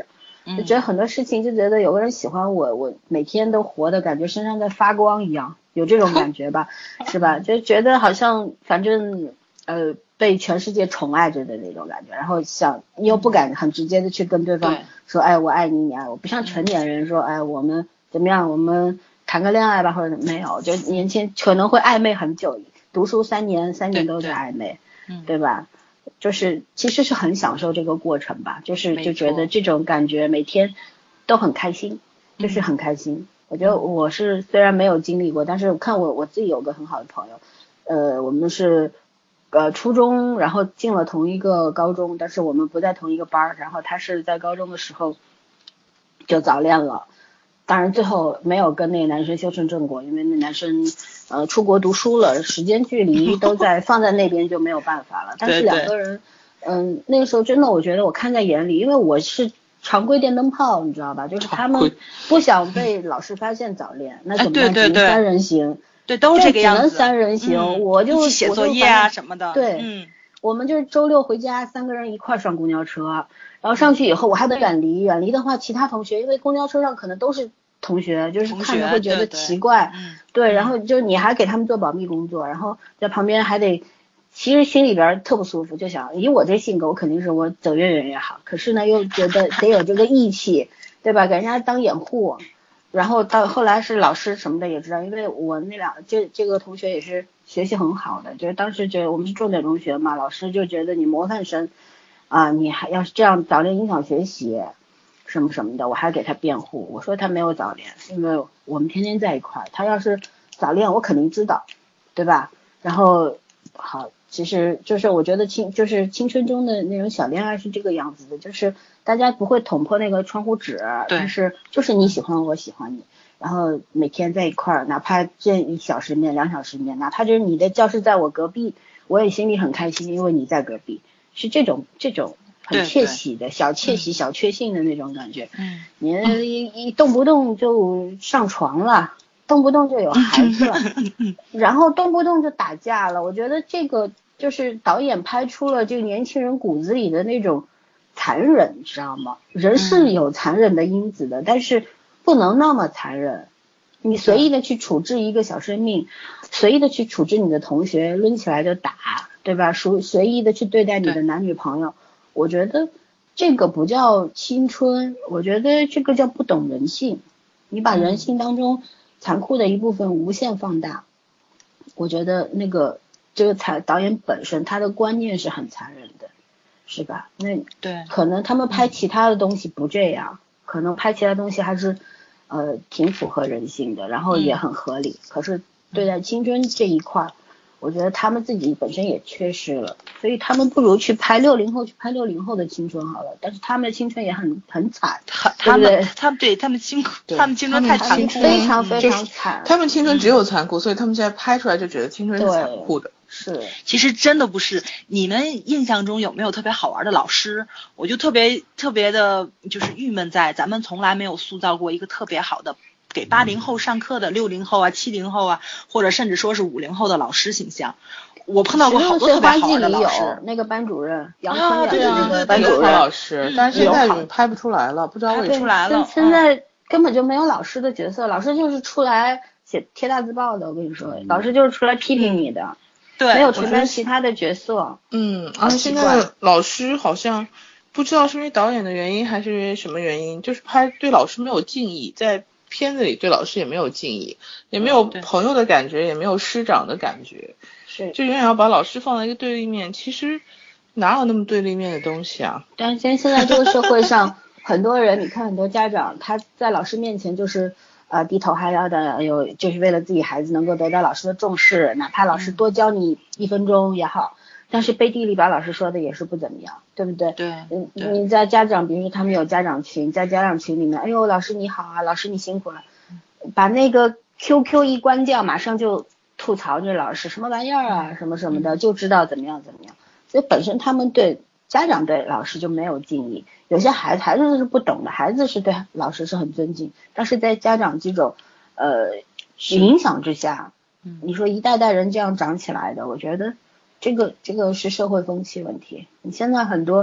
[SPEAKER 4] 就觉得很多事情就觉得有个人喜欢我，我每天都活的感觉身上在发光一样，有这种感觉吧，是吧？就觉得好像反正被全世界宠爱着的那种感觉，然后你又不敢很直接的去跟对方说，哎，我爱你，你爱我，不像成年人说，哎，我们怎么样，我们谈个恋爱吧，或者没有，就年轻可能会暧昧很久，读书3年都在暧昧，对吧？就是其实是很享受这个过程吧，就觉得这种感觉每天都很开心，就是很开心。我觉得我是虽然没有经历过，但是看我自己有个很好的朋友，我们是初中，然后进了同一个高中，但是我们不在同一个班，然后他是在高中的时候就早恋了。当然最后没有跟那个男生修成正果，因为那男生出国读书了，时间距离都放在那边就没有办法了。但是两个人那个时候真的我觉得我看在眼里，因为我是常规电灯泡，你知道吧，就是他们不想被老师发现早恋，那怎么办？只能3人行，
[SPEAKER 3] 对，都是这个样子，
[SPEAKER 4] 只能3人行，我就
[SPEAKER 3] 一起写作业啊什么的。
[SPEAKER 4] 对，我们就是周6回家3个人一块上公交车，然后上去以后我还得远离的话，其他同学因为公交车上可能都是同学，就是看着会觉得奇怪，对，然后就你还给他们做保密工作，然后在旁边还得，其实心里边特不舒服，就想以我这性格，我肯定是我走越远越好，可是呢又觉得得有这个义气，对吧？给人家当掩护。然后到后来是老师什么的也知道，因为我这个同学也是学习很好的，就是当时觉得我们是重点中学嘛，老师就觉得你模范生啊，你还要是这样早恋影响学习什么什么的，我还给他辩护，我说他没有早恋，因为我们天天在一块儿，他要是早恋我肯定知道，对吧？然后好，其实就是我觉得就是青春中的那种小恋爱是这个样子的，就是大家不会捅破那个窗户纸，但是就是你喜欢我喜欢你，然后每天在一块儿，哪怕见1小时面2小时面，哪怕就是你的教室在我隔壁，我也心里很开心，因为你在隔壁，是这种很窃喜的小窃喜小确幸的那种感觉。你一动不动就上床了，动不动就有孩子了，然后动不动就打架了，我觉得这个就是导演拍出了这个年轻人骨子里的那种残忍，你知道吗？人是有残忍的因子的，但是不能那么残忍。你随意的去处置一个小生命，随意的去处置你的同学，抡起来就打，对吧？随意的去对待你的男女朋友，我觉得这个不叫青春，我觉得这个叫不懂人性。你把人性当中残酷的一部分无限放大，我觉得这个导演本身他的观念是很残忍的，是吧？那对，可能他们拍其他的东西不这样，可能拍其他东西还是挺符合人性的，然后也很合理。可是对待青春这一块，我觉得他们自己本身也缺失了，所以他们不如去拍60后，去拍60后的青春好了。但是他们的青春也很惨，他们青春太残酷了，非常非常惨。
[SPEAKER 1] 他们青春只有残酷，所以他们现在拍出来就觉得青春是残酷的。
[SPEAKER 3] 是，其实真的不是。你们印象中有没有特别好玩的老师？我就特别的，就是郁闷在咱们从来没有塑造过一个特别好的给80后上课的60后啊、70后啊，或者甚至说是50后的老师形象。我碰到过好多特别好玩的老师，
[SPEAKER 4] 那个班主任杨春
[SPEAKER 1] 对
[SPEAKER 4] 那个班主任
[SPEAKER 1] 老师，但是现在拍不出来了，不知道为什么。
[SPEAKER 4] 现在根本就没有老师的角色，老师就是出来贴大字报的。我跟你说，老师就是出来批评你的。
[SPEAKER 3] 对，
[SPEAKER 4] 没有承担其他的角色。
[SPEAKER 1] 而且现在老师好像不知道是因为导演的原因还是因为什么原因，就是对老师没有敬意，在片子里对老师也没有敬意，也没有朋友的感觉，也没有师长的感觉，
[SPEAKER 4] 是
[SPEAKER 1] 就永远要把老师放在一个对立面，其实哪有那么对立面的东西啊？
[SPEAKER 4] 但是现在这个社会上很多人，你看很多家长他在老师面前就是低头哈腰的，就是为了自己孩子能够得到老师的重视，哪怕老师多教你1分钟也好，但是背地里把老师说的也是不怎么样，对不对？
[SPEAKER 3] 对。
[SPEAKER 4] 你在家长，比如说他们有家长群，在家长群里面，哎呦老师你好啊，老师你辛苦了，把那个 QQ 一关掉，马上就吐槽这老师什么玩意儿啊，什么什么的，就知道怎么样。所以本身他们家长对老师就没有敬意，有些孩子是不懂的，孩子是对老师是很尊敬，但是在家长这种影响之下，你说一代代人这样长起来的，我觉得这个是社会风气问题。你现在很多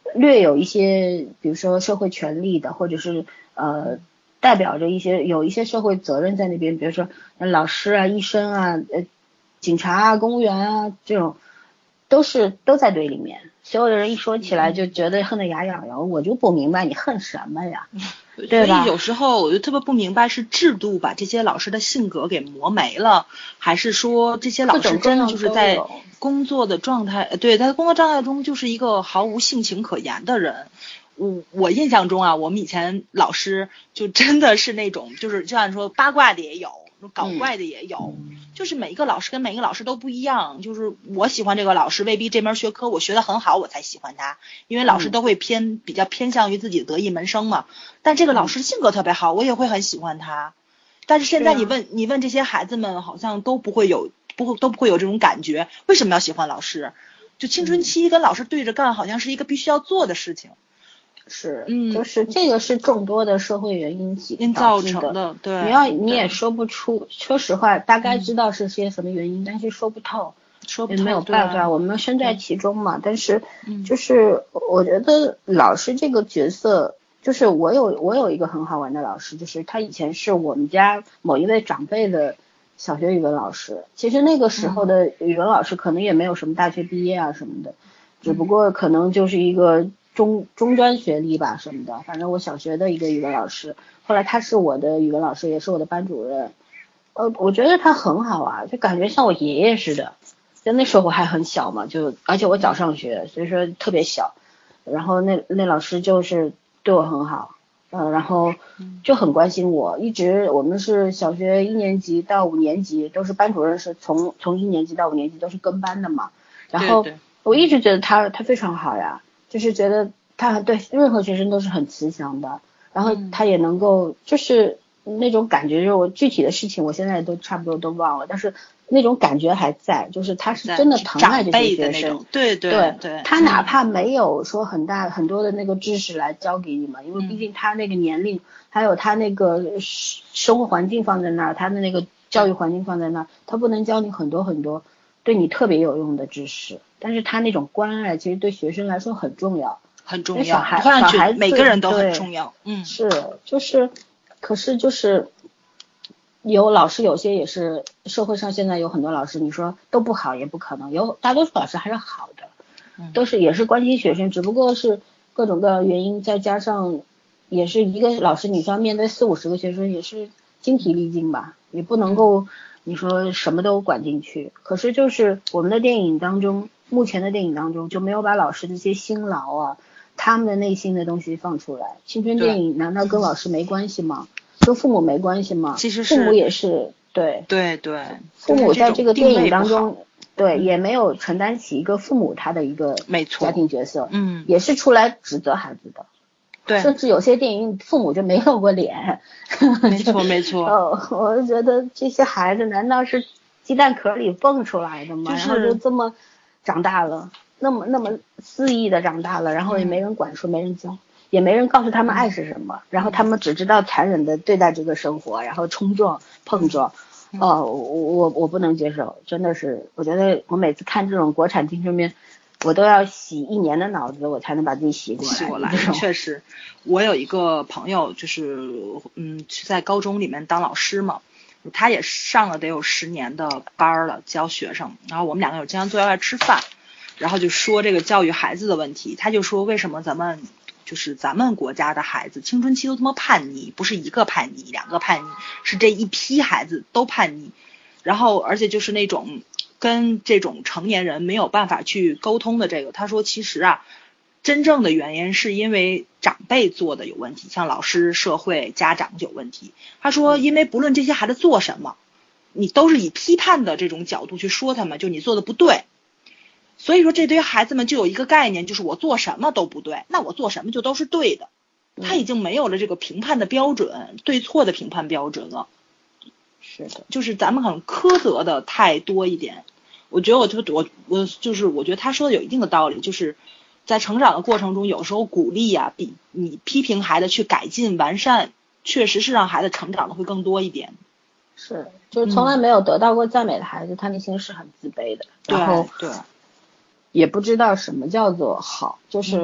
[SPEAKER 4] 略有一些，比如说社会权利的，或者是代表着有一些社会责任在那边，比如说老师啊、医生啊、警察啊、公务员啊，这种都在队里面。所有的人一说起来就觉得恨得牙痒痒，我就不明白你恨什么呀，对吧？
[SPEAKER 3] 所以有时候我就特别不明白，是制度把这些老师的性格给磨没了，还是说这些老师真的就是在工作的状态，对，在工作状态中就是一个毫无性情可言的人。我印象中啊，我们以前老师就真的是那种，就是就像说八卦的也有，搞怪的也有，就是每一个老师跟每一个老师都不一样。就是我喜欢这个老师，未必这门学科我学得很好我才喜欢他，因为老师都会比较偏向于自己得意门生嘛。但这个老师性格特别好，我也会很喜欢他。但是现在你问这些孩子们，好像都不会有这种感觉。为什么要喜欢老师？就青春期跟老师对着干，好像是一个必须要做的事情。
[SPEAKER 4] 是，就是这个是众多的社会原因
[SPEAKER 3] 造成的，对。
[SPEAKER 4] 你也说不出，说实话，大概知道是些什么原因，但是说不透，也没有办法，我们身在其中嘛。但是，就是我觉得老师这个角色，就是我有一个很好玩的老师，就是他以前是我们家某一位长辈的小学语文老师。其实那个时候的语文老师可能也没有什么大学毕业啊什么的，只不过可能就是一个中专学历吧什么的，反正我小学的一个语文老师，后来他是我的语文老师，也是我的班主任。我觉得他很好啊，就感觉像我爷爷似的。就那时候我还很小嘛，而且我早上学，所以说特别小。然后那老师就是对我很好，然后就很关心我，一直我们是小学1年级到5年级都是班主任，是从1年级到5年级都是跟班的嘛。然后我一直觉得他非常好呀。就是觉得他对任何学生都是很慈祥的，然后他也能够就是那种感觉，就是我具体的事情我现在都差不多都忘了，但是那种感觉还在，就是他是真的疼爱这些学生，
[SPEAKER 3] 对，
[SPEAKER 4] 他哪怕没有说很多的那个知识来教给你们，因为毕竟他那个年龄，还有他那个生活环境放在那儿，他的那个教育环境放在那儿，他不能教你很多对你特别有用的知识，但是他那种关爱其实对学生来说很重要，
[SPEAKER 3] 很重要。
[SPEAKER 4] 小孩子
[SPEAKER 3] 每个人都很重要。
[SPEAKER 4] 是可是就是有老师有些也是社会上现在有很多老师，你说都不好也不可能，有大多数老师还是好的，都是也是关心学生，只不过是各种各样的原因，再加上也是一个老师你说面对40-50个学生也是精疲力尽吧，也不能够你说什么都管进去。可是就是我们的电影当中，目前的电影当中就没有把老师这些辛劳啊，他们的内心的东西放出来。青春电影难道跟老师没关系吗？跟父母没关系吗？
[SPEAKER 3] 其实是
[SPEAKER 4] 父母也是，对，父母在这个电影当中，对，也没有承担起一个父母他的一个家庭角色，也是出来指责孩子的。
[SPEAKER 3] 对，
[SPEAKER 4] 甚至有些电影父母就没露过脸。
[SPEAKER 3] 没错。
[SPEAKER 4] 我就觉得这些孩子难道是鸡蛋壳里蹦出来的吗？然后就这么长大了，那么肆意的长大了，然后也没人管束，没人教，也没人告诉他们爱是什么，然后他们只知道残忍的对待这个生活，然后冲撞碰撞。我不能接受，真的是，我觉得我每次看这种国产青春片，我都要洗1年的脑子，我才能把自己洗过来。
[SPEAKER 3] 确实，我有一个朋友，就是在高中里面当老师嘛，他也上了得有10年的班了，教学生。然后我们2个有经常坐一块吃饭，然后就说这个教育孩子的问题。他就说为什么咱们国家的孩子青春期都这么叛逆，不是1个叛逆2个叛逆，是这一批孩子都叛逆。然后而且就是那种跟这种成年人没有办法去沟通的这个，他说其实啊，真正的原因是因为长辈做的有问题，像老师、社会、家长有问题。他说因为不论这些孩子做什么，你都是以批判的这种角度去说他们，就你做的不对。所以说这堆孩子们就有一个概念，就是我做什么都不对，那我做什么就都是对的。他已经没有了这个评判的标准，对错的评判标准了。
[SPEAKER 4] 是的，
[SPEAKER 3] 就是咱们可能苛责的太多一点。我觉得我觉得他说的有一定的道理，就是在成长的过程中，有时候鼓励啊，比你批评孩子去改进完善，确实是让孩子成长的会更多一点。
[SPEAKER 4] 是，就是从来没有得到过赞美的孩子，他内心是很自卑的，然后
[SPEAKER 3] 对，
[SPEAKER 4] 也不知道什么叫做好，就是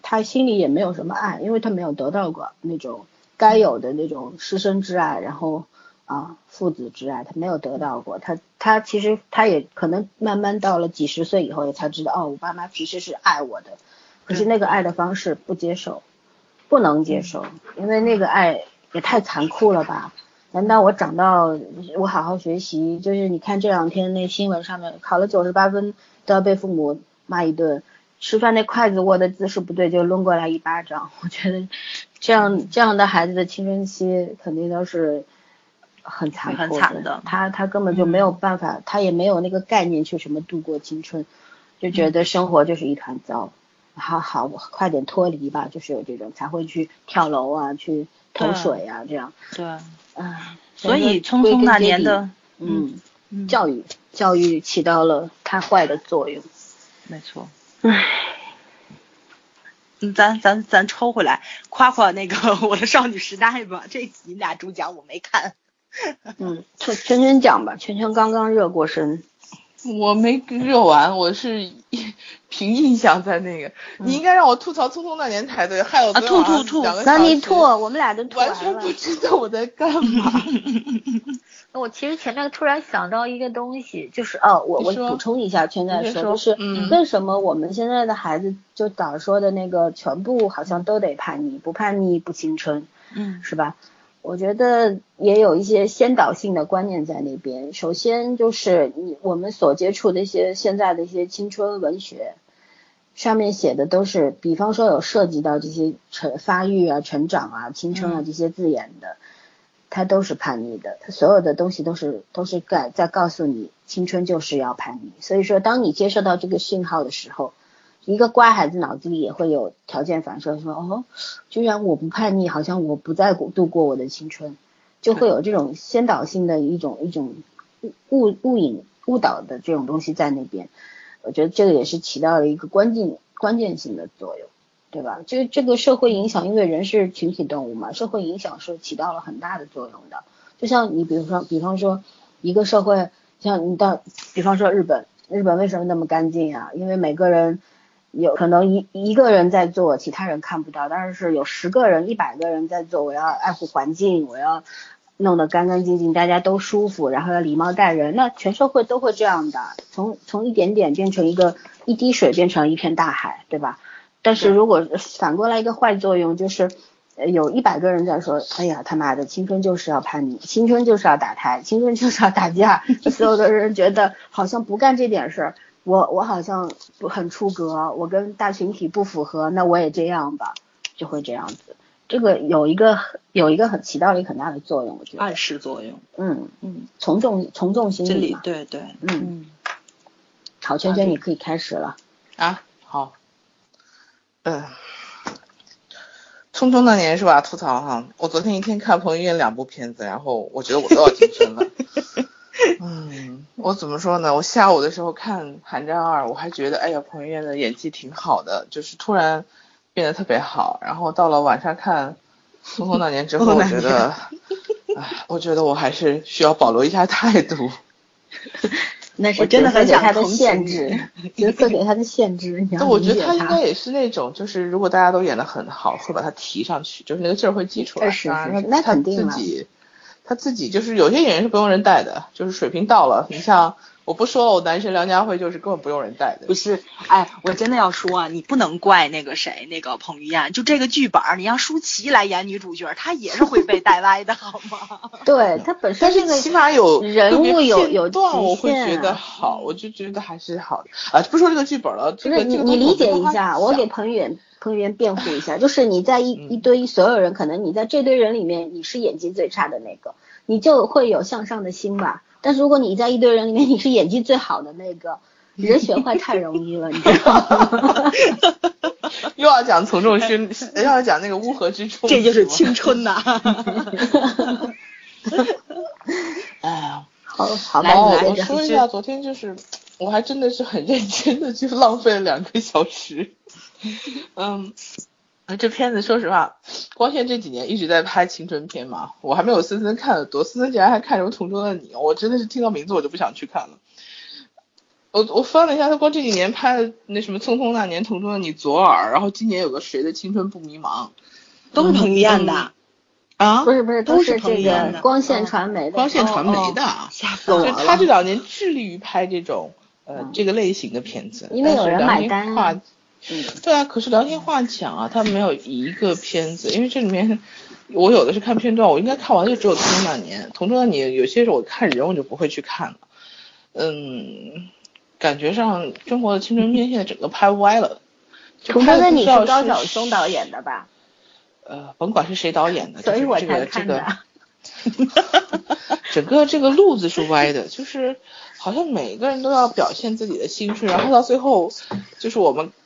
[SPEAKER 4] 他心里也没有什么爱，因为他没有得到过那种该有的那种师生之爱，然后父子之爱，他没有得到过。他其实他也可能慢慢到了几十岁以后也才知道，我爸妈其实是爱我的，可是那个爱的方式不接受，不能接受，因为那个爱也太残酷了吧。难道我长到我好好学习，就是你看这2天那新闻上面考了98分都要被父母骂一顿，吃饭那筷子握的姿势不对就抡过来一巴掌。我觉得这样的孩子的青春期肯定都是很残酷的，
[SPEAKER 3] 很惨的。
[SPEAKER 4] 他根本就没有办法，他也没有那个概念去什么度过青春，就觉得生活就是一团糟，好快点脱离吧，就是有这种才会去跳楼啊，去投水啊，这样。
[SPEAKER 3] 对，所以匆匆那年的
[SPEAKER 4] 教育起到了它坏的作用。
[SPEAKER 3] 没错。咱抽回来夸夸那个我的少女时代吧，这集俩主讲我没看。
[SPEAKER 4] 圈圈讲吧，圈圈刚刚热过身。
[SPEAKER 1] 我没热完，我是凭印象在那个。你应该让我吐槽《匆匆那年》才对，害我吐2个小时。
[SPEAKER 4] 那你吐，我们俩都吐完了。
[SPEAKER 1] 完全不知道我在干嘛。
[SPEAKER 4] 我其实前面突然想到一个东西，就是我补充一下，圈圈说，就是为什么我们现在的孩子就早说的那个全部好像都得叛逆，不叛逆不青春，是吧？我觉得也有一些先导性的观念在那边。首先就是我们所接触的一些现在的一些青春文学，上面写的都是，比方说有涉及到这些发育啊、成长啊、青春啊这些字眼的，它都是叛逆的，它所有的东西都是在告诉你青春就是要叛逆。所以说当你接受到这个信号的时候，一个乖孩子脑子里也会有条件反射，说居然我不叛逆，好像我不再度过我的青春，就会有这种先导性的一种误导的这种东西在那边。我觉得这个也是起到了一个关键性的作用，对吧？这个社会影响，因为人是群体动物嘛，社会影响是起到了很大的作用的。就像你比方说一个社会，像你比方说日本为什么那么干净啊？因为每个人有可能一个人在做，其他人看不到，但是有10个人、100个人在做，我要爱护环境，我要弄得干干净净，大家都舒服，然后要礼貌待人，那全社会都会这样的，从一点点变成一滴水变成一片大海，对吧？但是如果反过来一个坏作用，就是有100个人在说，哎呀他妈的青春就是要叛逆，青春就是要打胎，青春就是要打架，所有的人觉得好像不干这点事儿，我好像很出格，我跟大群体不符合，那我也这样吧，就会这样子。这个有一个起到了一个很大的作用，我觉得
[SPEAKER 3] 暗示作用。
[SPEAKER 4] 从众心理嘛。
[SPEAKER 3] 对。
[SPEAKER 4] 好，圈圈你可以开始了。
[SPEAKER 1] 好。匆匆那年是吧？吐槽哈，我昨天一天看彭于晏2部片子，然后我觉得我都要精神了。我怎么说呢？我下午的时候看《寒战2》，我还觉得哎呀，彭于晏的演技挺好的，就是突然变得特别好。然后到了晚上看《匆匆那年》之后，我觉得我还是需要保留一下态度。
[SPEAKER 4] 那是真的很想他的限制，角色给他的限制。
[SPEAKER 1] 我觉得他应该也是那种，就是如果大家都演得很好，会把他提上去，就是那个劲儿会记出来。
[SPEAKER 4] 那肯定了。
[SPEAKER 1] 他自己就是有些演员是不用人带的，就是水平到了。你像我不说了，我男神梁家辉就是根本不用人带的。
[SPEAKER 3] 不是，我真的要说啊，你不能怪那个彭于晏，就这个剧本，你让舒淇来演女主角，她也是会被带歪的，好吗？
[SPEAKER 4] 对，她本身
[SPEAKER 1] 但是起码有
[SPEAKER 4] 人物有
[SPEAKER 1] 段，我会觉得好，我就觉得还是好的。不说这个剧本了，这个
[SPEAKER 4] 你理解一下，我给彭于晏辩护一下，就是你在一堆所有人，可能你在这堆人里面你是演技最差的那个，你就会有向上的心吧。但是如果你在一堆人里面你是演技最好的那个，人学坏太容易了，你知道吗？
[SPEAKER 1] 又要讲从众心，又要讲那个乌合之众，
[SPEAKER 3] 这就是青春呐。
[SPEAKER 4] 好吧，
[SPEAKER 1] 我说一下，昨天就是我还真的是很认真的去浪费了2个小时。这片子说实话，光线这几年一直在拍青春片嘛，我还没有森森看得多，森森竟然还看什么《同桌的你》，我真的是听到名字我就不想去看了。 我翻了一下，他光这几年拍的那什么《匆匆那年》《同桌的你》左耳，然后今年有个谁的青春不迷茫，
[SPEAKER 3] 都是彭于晏的。
[SPEAKER 1] 啊，
[SPEAKER 4] 不是，都是这个光线传媒的，
[SPEAKER 1] 光线传媒的，
[SPEAKER 3] 吓死我了。
[SPEAKER 1] 就他这2年致力于拍这种这个类型的片子，
[SPEAKER 4] 因为有人买单。
[SPEAKER 1] 对啊，可是聊天话讲啊，他没有一个片子，因为这里面我有的是看片段，我应该看完就只有《同桌那年》，《同桌的你》有些时候我看人我就不会去看了，感觉上中国的青春片现在整个拍歪了。
[SPEAKER 4] 《同桌的你》是高晓松导演的吧？
[SPEAKER 1] 甭管是谁导演的，
[SPEAKER 4] 所以我才看的。
[SPEAKER 1] 整个这个路子是歪的，就是好像每个人都要表现自己的青春，然后到最后就是我们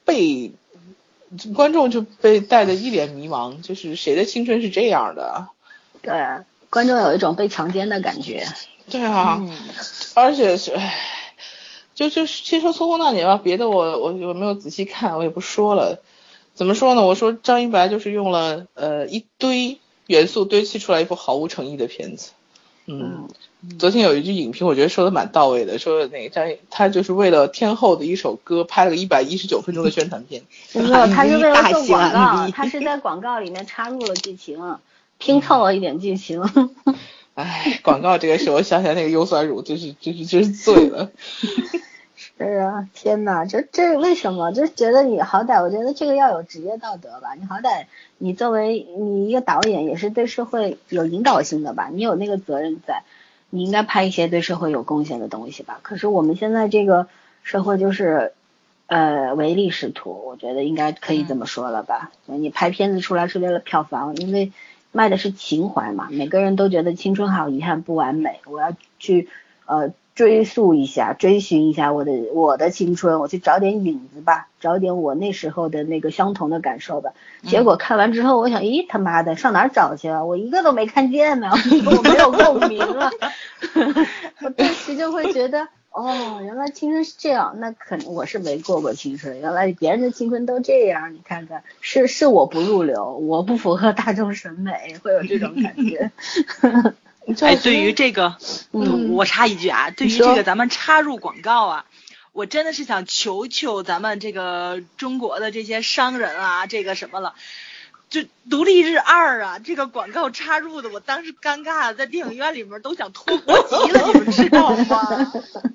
[SPEAKER 1] 观众就被带得一脸迷茫，就是谁的青春是这样的？
[SPEAKER 4] 对，观众有一种被强奸的感觉。
[SPEAKER 1] 对啊，而且是就先说《匆匆那年》吧，别的我没有仔细看，我也不说了。怎么说呢？我说张一白就是用了一堆元素堆砌出来一部毫无诚意的片子。昨天有一句影评，我觉得说的蛮到位的，说那个他就是为了天后的一首歌拍了个119分钟的宣传片。
[SPEAKER 4] 没有，他是为了做广告，他是在广告里面插入了剧情，拼凑了一点剧情。
[SPEAKER 1] 哎，广告这个事，我想起来那个优酸乳，就是醉了。
[SPEAKER 4] 是啊，天哪，这为什么？就觉得你好歹，我觉得这个要有职业道德吧。你好歹，你作为你一个导演，也是对社会有引导性的吧，你有那个责任在，你应该拍一些对社会有贡献的东西吧。可是我们现在这个社会就是唯利是图，我觉得应该可以这么说了吧。你拍片子出来是为了票房，因为卖的是情怀嘛，每个人都觉得青春好遗憾不完美，我要去追溯一下，追寻一下我的青春，我去找点影子吧，找点我那时候的那个相同的感受吧。结果看完之后，我想，咦，他妈的，上哪儿找去啊？我一个都没看见呢，我没有共鸣了。我当时就会觉得，原来青春是这样，那可能我是没过过青春，原来别人的青春都这样，你看看，是我不入流，我不符合大众审美，会有这种感觉。
[SPEAKER 3] 对于这个，我插一句啊，对于这个咱们插入广告啊，我真的是想求求咱们这个中国的这些商人啊，这个什么了，就独立日2啊，这个广告插入的，我当时尴尬的在电影院里面都想脱国籍了，你们知道吗？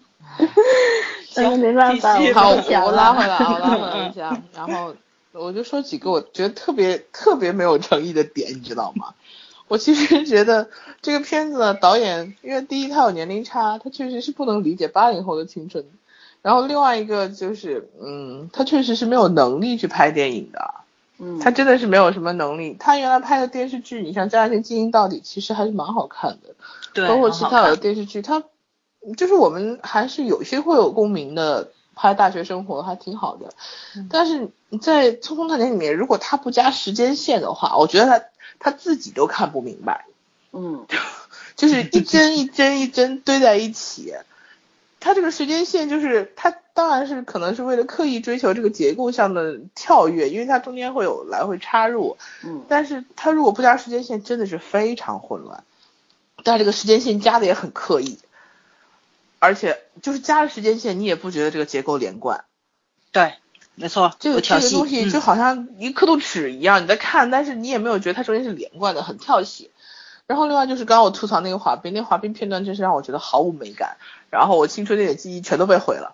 [SPEAKER 4] 行，没办法，
[SPEAKER 1] 好，我拉回来一下，然后我就说几个我觉得特别没有诚意的点，你知道吗？我其实觉得这个片子呢，导演因为第一他有年龄差，他确实是不能理解80后的青春，然后另外一个就是他确实是没有能力去拍电影的，他真的是没有什么能力。他原来拍的电视剧，你像《家庭经营到底》，其实还是蛮好看的，
[SPEAKER 3] 对，
[SPEAKER 1] 包括其他的电视剧，他就是我们还是有些会有共鸣的，拍大学生活还挺好的。但是你在《匆匆那年》里面，如果他不加时间线的话，我觉得他自己都看不明白，就是一帧一帧一帧堆在一起，他这个时间线就是他当然是可能是为了刻意追求这个结构上的跳跃，因为它中间会有来回插入，但是他如果不加时间线，真的是非常混乱。但这个时间线加的也很刻意，而且就是加了时间线，你也不觉得这个结构连贯。
[SPEAKER 3] 对。没错，
[SPEAKER 1] 这个东西就好像一刻度尺一样，你在看，但是你也没有觉得它中间是连贯的，很跳戏。然后另外就是刚刚我吐槽那个滑冰，那滑冰片段真是让我觉得毫无美感，然后我青春那点记忆全都被毁了。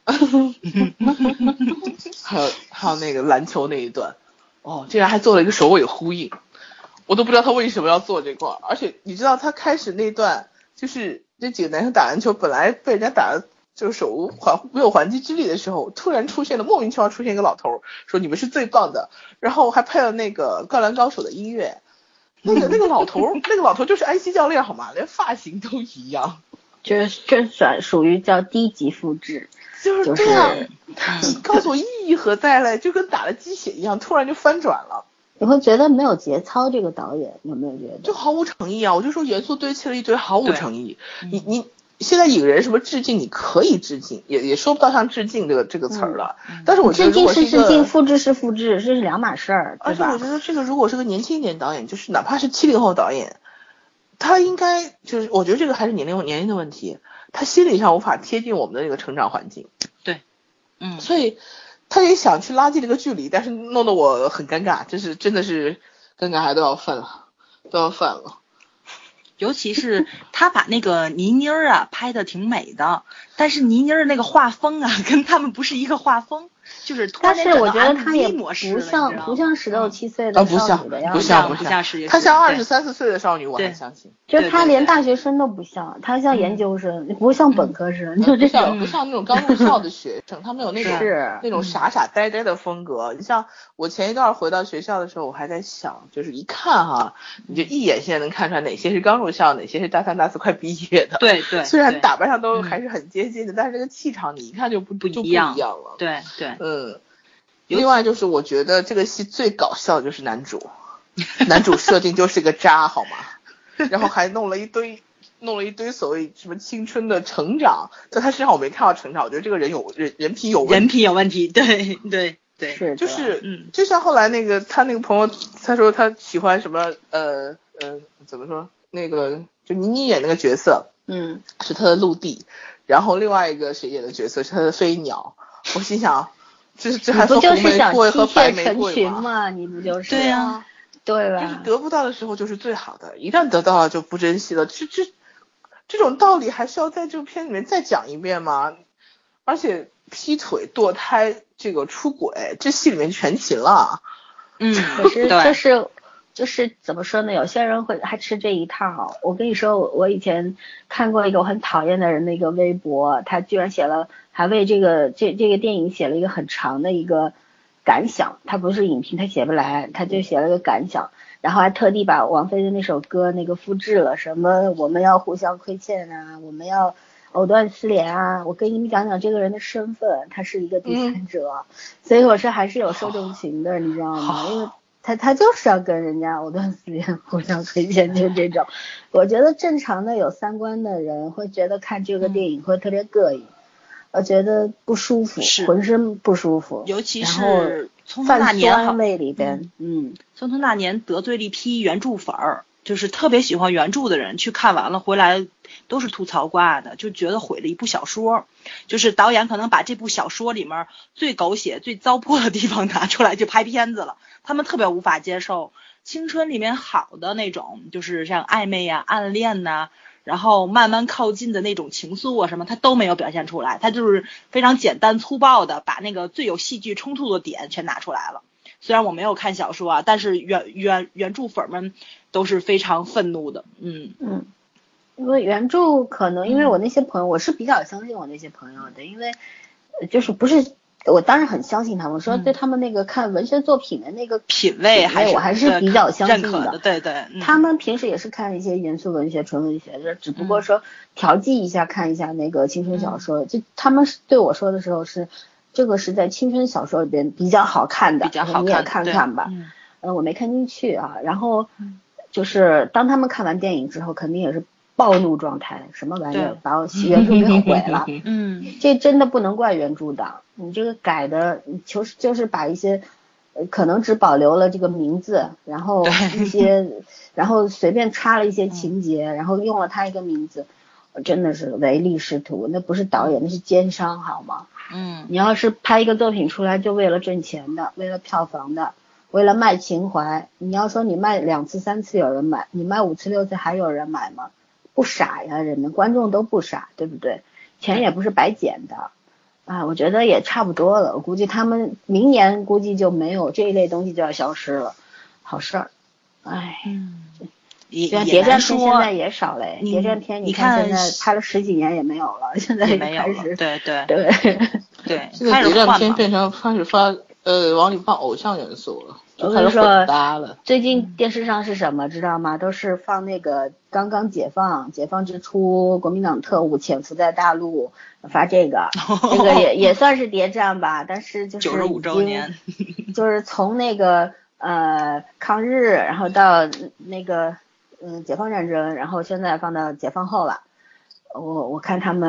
[SPEAKER 1] 还有那个篮球那一段，竟然还做了一个首尾呼应，我都不知道他为什么要做这块。而且你知道他开始那段就是这几个男生打篮球，本来被人家打的就是手没有还击之力的时候，突然莫名其妙出现一个老头，说你们是最棒的，然后还配了那个灌篮高手的音乐。那个老头就是安西教练好吗？连发型都一样，
[SPEAKER 4] 这属于叫低级复制，
[SPEAKER 1] 就是对啊。你告诉我意义何在嘞？就跟打了鸡血一样，突然就翻转了。
[SPEAKER 4] 你会觉得没有节操，这个导演有没有觉得？
[SPEAKER 1] 就毫无诚意啊！我就说元素堆砌了一堆，毫无诚意。你现在引人什么致敬，你可以致敬，也说不到像致敬这个词儿了。但是我觉得如果是
[SPEAKER 4] 致敬，复制是复制，这是两码事儿。
[SPEAKER 1] 而且我觉得这个如果是个年轻一点导演，就是哪怕是70后导演， 他应该就是我觉得这个还是年龄的问题，他心理上无法贴近我们的这个成长环境。
[SPEAKER 3] 对，
[SPEAKER 1] 所以他也想去拉近这个距离，但是弄得我很尴尬，真的是尴尬还都要犯了。
[SPEAKER 3] 尤其是他把那个倪妮儿啊拍的挺美的，但是倪妮儿那个画风啊跟他们不是一个画风，就是突然间
[SPEAKER 4] 但是我觉得他也
[SPEAKER 3] 不像
[SPEAKER 4] 16、17岁的少女的样子，
[SPEAKER 1] 不像他像23、24岁的少女，我还相信。
[SPEAKER 4] 就是他连大学生都不像，他像研究生，不像本科生，就这种
[SPEAKER 1] 不像那种刚入校的学生，他们有那种傻傻呆呆的风格。你像我前一段回到学校的时候，我还在想，就是一看哈，你就一眼现在能看出来哪些是刚入校，哪些是大3、大4快毕业的。
[SPEAKER 3] 对，
[SPEAKER 1] 虽然打扮上都还是很接近的，但是这个气场你一看就不一样了。
[SPEAKER 3] 对，
[SPEAKER 1] 另外就是我觉得这个戏最搞笑的就是男主设定就是个渣，好吗？然后还弄了一堆所谓什么青春的成长，在他身上我没看到成长，我觉得这个人品有
[SPEAKER 3] 问题，对，
[SPEAKER 4] 是
[SPEAKER 1] 就是就像后来那个他那个朋友，他说他喜欢什么怎么说那个就倪妮演那个角色，是他的陆地，然后另外一个谁演的角色是他的飞鸟，我心想这还分红玫瑰和白玫瑰
[SPEAKER 4] 吗？你不就是
[SPEAKER 3] 对啊，
[SPEAKER 4] 对吧？
[SPEAKER 1] 就是得不到的时候就是最好的，一旦得到了就不珍惜了，这种道理还需要在这个片里面再讲一遍吗？而且劈腿、堕胎、这个出轨，这戏里面全齐了。
[SPEAKER 4] 可是就是怎么说呢？有些人还吃这一套。我跟你说，我以前看过一个我很讨厌的人的一个微博，他居然还为这个电影写了一个很长的一个感想。他不是影评，他写不来，他就写了个感想，然后还特地把王菲的那首歌那个复制了，什么我们要互相亏欠啊，我们要藕断丝连啊。我跟你们讲讲这个人的身份，他是一个第三者，所以我说还是有受众群的，你知道吗？因为他就是要跟人家藕断丝连互相亏欠，就这种。我觉得正常的有三观的人会觉得看这个电影会特别膈应，我觉得不舒服，浑身不舒服，
[SPEAKER 3] 尤其是匆匆那年
[SPEAKER 4] 酸味里边
[SPEAKER 3] 匆匆那年得罪了一批原著粉儿，就是特别喜欢原著的人去看完了回来都是吐槽挂的，就觉得毁了一部小说，就是导演可能把这部小说里面最狗血最糟粕的地方拿出来就拍片子了，他们特别无法接受青春里面好的那种，就是像暧昧啊暗恋啊，然后慢慢靠近的那种情愫啊什么，他都没有表现出来，他就是非常简单粗暴的把那个最有戏剧冲突的点全拿出来了。虽然我没有看小说啊，但是原著粉们都是非常愤怒的。
[SPEAKER 4] 因为原著可能因为我那些朋友，我是比较相信我那些朋友的，因为就是不是我当然很相信他们，说对他们那个看文学作品的那个
[SPEAKER 3] 品味
[SPEAKER 4] 我还是比较相信的。
[SPEAKER 3] 对，
[SPEAKER 4] 他们平时也是看一些严肃文学、纯文学，只不过说调剂一下看一下那个青春小说。就他们对我说的时候是这个是在青春小说里边比较好看的，你也看看吧。我没看进去啊。然后就是当他们看完电影之后，肯定也是暴怒状态，什么玩意儿把我原著给毁了。这真的不能怪原著党，你这个改的就是把一些可能只保留了这个名字，然后然后随便插了一些情节，然后用了他一个名字，真的是唯利是图，那不是导演，那是奸商，好吗？你要是拍一个作品出来就为了挣钱的，为了票房的，为了卖情怀，你要说你卖2次3次有人买，你卖5次6次还有人买吗？不傻呀，人们观众都不傻，对不对？钱也不是白捡的啊，我觉得也差不多了。我估计他们明年估计就没有这一类东西就要消失了，好事儿。谍战片现在也少了，谍战片你看现在拍了10几年也没有了，现在也
[SPEAKER 3] 没有了。对，
[SPEAKER 1] 现在谍战片变成开始往里放偶像元素了。
[SPEAKER 4] 我跟你说，最近电视上是什么知道吗？都是放那个刚刚解放之初，国民党特务潜伏在大陆，发这个也算是谍战吧，但是就是
[SPEAKER 3] 95周年，
[SPEAKER 4] 就是从那个抗日，然后到那个解放战争，然后现在放到解放后了。我看他们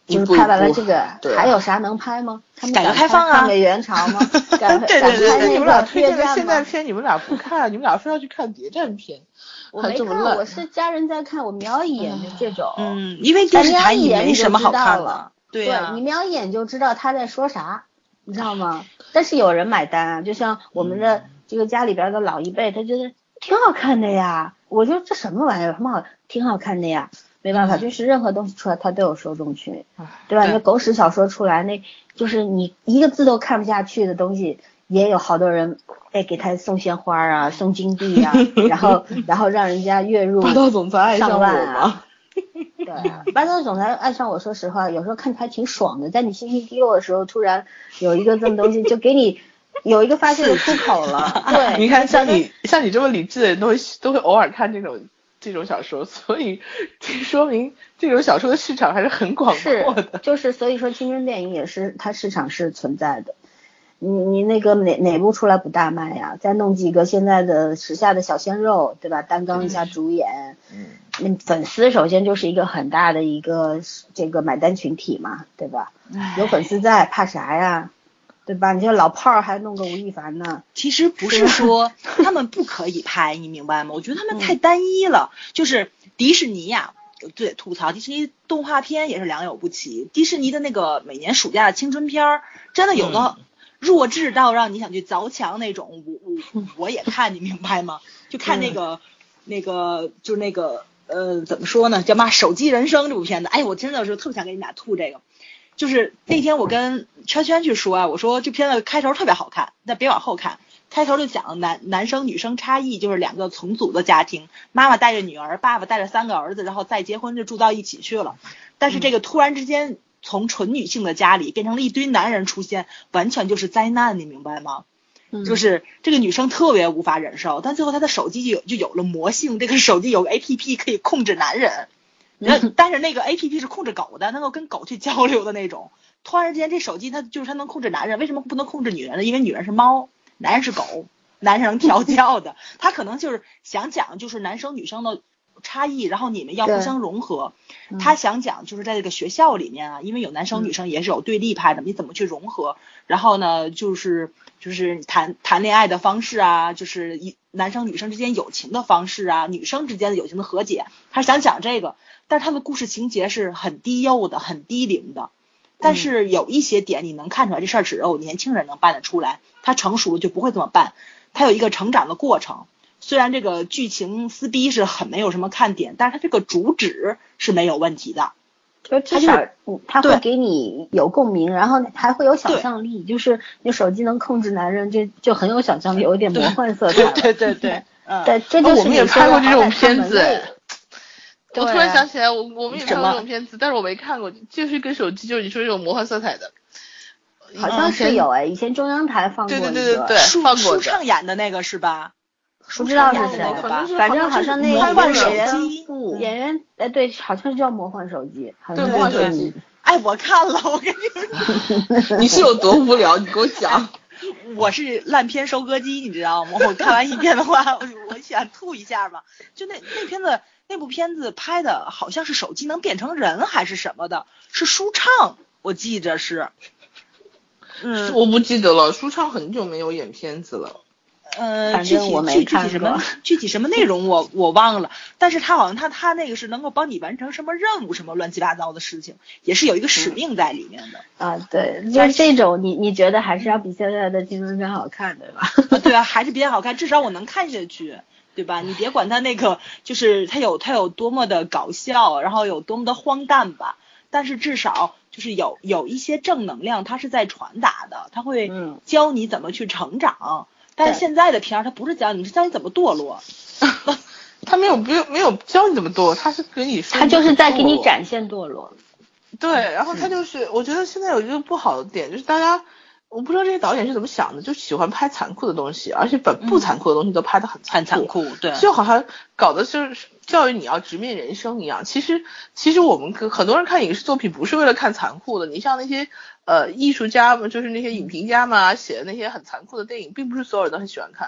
[SPEAKER 4] 就是拍完了这个，还有啥能拍吗？他们
[SPEAKER 3] 改革开放啊，
[SPEAKER 4] 美援朝吗？
[SPEAKER 1] 对，你们俩推荐的现代片，你们俩不看，你们俩非要去看谍战片。
[SPEAKER 4] 我没看，我是家人在看，我瞄一眼就这种。
[SPEAKER 3] 因为电视台也没什么好看了。
[SPEAKER 4] 对，你瞄一眼就知道他在说啥，你知道吗？但是有人买单啊，就像我们的这个家里边的老一辈，他觉得挺好看的呀。我说这什么玩意儿，挺好看的呀。没办法，就是任何东西出来它都有受众群，对吧？那狗屎小说出来，那就是你一个字都看不下去的东西，也有好多人给他送鲜花啊，送金币啊，然后让人家月入
[SPEAKER 1] 霸道总裁爱上我吗？
[SPEAKER 4] 对，霸道总裁爱上我，说实话，有时候看着还挺爽的，在你心情低落的时候，突然有一个这么东西，就给你有一个发泄的出口了。对，
[SPEAKER 1] 你看像你这么理智的人都会偶尔看这种小说，所以说明这种小说的市场还是很广阔的。
[SPEAKER 4] 就是所以说青春电影也是它市场是存在的。你那个哪部出来不大卖呀？再弄几个现在的时下的小鲜肉，对吧？担纲一下主演。那粉丝首先就是一个很大的一个这个买单群体嘛，对吧？有粉丝在，怕啥呀？对吧？你这老炮儿还弄个吴亦凡呢。
[SPEAKER 3] 其实不是说他们不可以拍，你明白吗？我觉得他们太单一了。就是迪士尼呀，对，吐槽迪士尼动画片也是良莠不齐。迪士尼的那个每年暑假的青春片真的有的弱智到让你想去凿墙那种，我也看，你明白吗？就看那个就是那个怎么说呢，叫嘛手机人生这部片子。哎，我真的是特别想跟你们俩吐这个。就是那天我跟圈圈去说啊，我说这片子开头特别好看，但别往后看。开头就讲男生女生差异，就是两个重组的家庭，妈妈带着女儿，爸爸带着3个儿子，然后再结婚就住到一起去了。但是这个突然之间从纯女性的家里变成了一堆男人出现，完全就是灾难，你明白吗？就是这个女生特别无法忍受，但最后她的手机就有了魔性，这个手机有个 APP 可以控制男人。但是那个 APP 是控制狗的，能够跟狗去交流的那种。突然之间这手机它能控制男人，为什么不能控制女人呢？因为女人是猫，男人是狗，男人能调教的。他可能就是想讲就是男生女生的差异，然后你们要互相融合。他想讲就是在这个学校里面啊，因为有男生女生也是有对立派的，你怎么去融合？然后呢就是谈恋爱的方式啊，就是男生女生之间友情的方式啊，女生之间的友情的和解，他想讲这个。但是他的故事情节是很低幼的，很低龄的。但是有一些点你能看出来，这事儿只有年轻人能办得出来，他成熟了就不会这么办。他有一个成长的过程，虽然这个剧情撕逼是很没有什么看点，但是他这个主旨是没有问题的。
[SPEAKER 4] 就至少他会给你有共鸣，然后还会有想象力，就是你手机能控制男人，就很有想象力，有一点魔幻色彩。
[SPEAKER 3] 对，
[SPEAKER 4] 对，这就是
[SPEAKER 1] 我们也拍过这种片子。我突然想起来，我们也看过这种片子，但是我没看过，就是跟手机，就是你说这种魔幻色彩的，
[SPEAKER 4] 好像是有以前中央台放过一个，
[SPEAKER 1] 对，放过
[SPEAKER 3] 舒畅演的那个是吧？
[SPEAKER 4] 不知道是谁吧，反正好像那个
[SPEAKER 3] 魔幻手
[SPEAKER 4] 机演员对，好像是叫魔幻手机，
[SPEAKER 1] 对，魔幻手机。
[SPEAKER 3] 哎，我看了，我跟你
[SPEAKER 1] 说，你是有多无聊？你给我讲。
[SPEAKER 3] 我是烂片收割机，你知道吗？我看完一遍的话，我想吐一下吧。就那部片子拍的好像是手机能变成人还是什么的，是舒畅，我记着是。
[SPEAKER 1] 我不记得了，舒畅很久没有演片子了。
[SPEAKER 4] 反正我没看过
[SPEAKER 3] 具体什么内容我忘了，但是他好像他那个是能够帮你完成什么任务，什么乱七八糟的事情，也是有一个使命在里面的。
[SPEAKER 4] 对，就是这种你觉得还是要比现在的青春片好看，对吧？
[SPEAKER 3] 对啊，还是比较好看，至少我能看下去，对吧？你别管他那个就是他有多么的搞笑，然后有多么的荒诞吧，但是至少就是有一些正能量，它是在传达的，他会教你怎么去成长。但是现在的片儿，他不是教你，是教你怎么堕落。
[SPEAKER 1] 他没有教你怎么堕落，他是给你说，
[SPEAKER 4] 他就是在给你展现堕落。
[SPEAKER 1] 对，然后他就是，我觉得现在有一个不好的点，就是大家，我不知道这些导演是怎么想的，就喜欢拍残酷的东西，而且把不残酷的东西都拍得很残酷，
[SPEAKER 3] 对，
[SPEAKER 1] 就好像搞的就是教育你要直面人生一样。其实我们很多人看影视作品不是为了看残酷的，你像那些艺术家嘛，就是那些影评家嘛，写的那些很残酷的电影，并不是所有人都很喜欢看。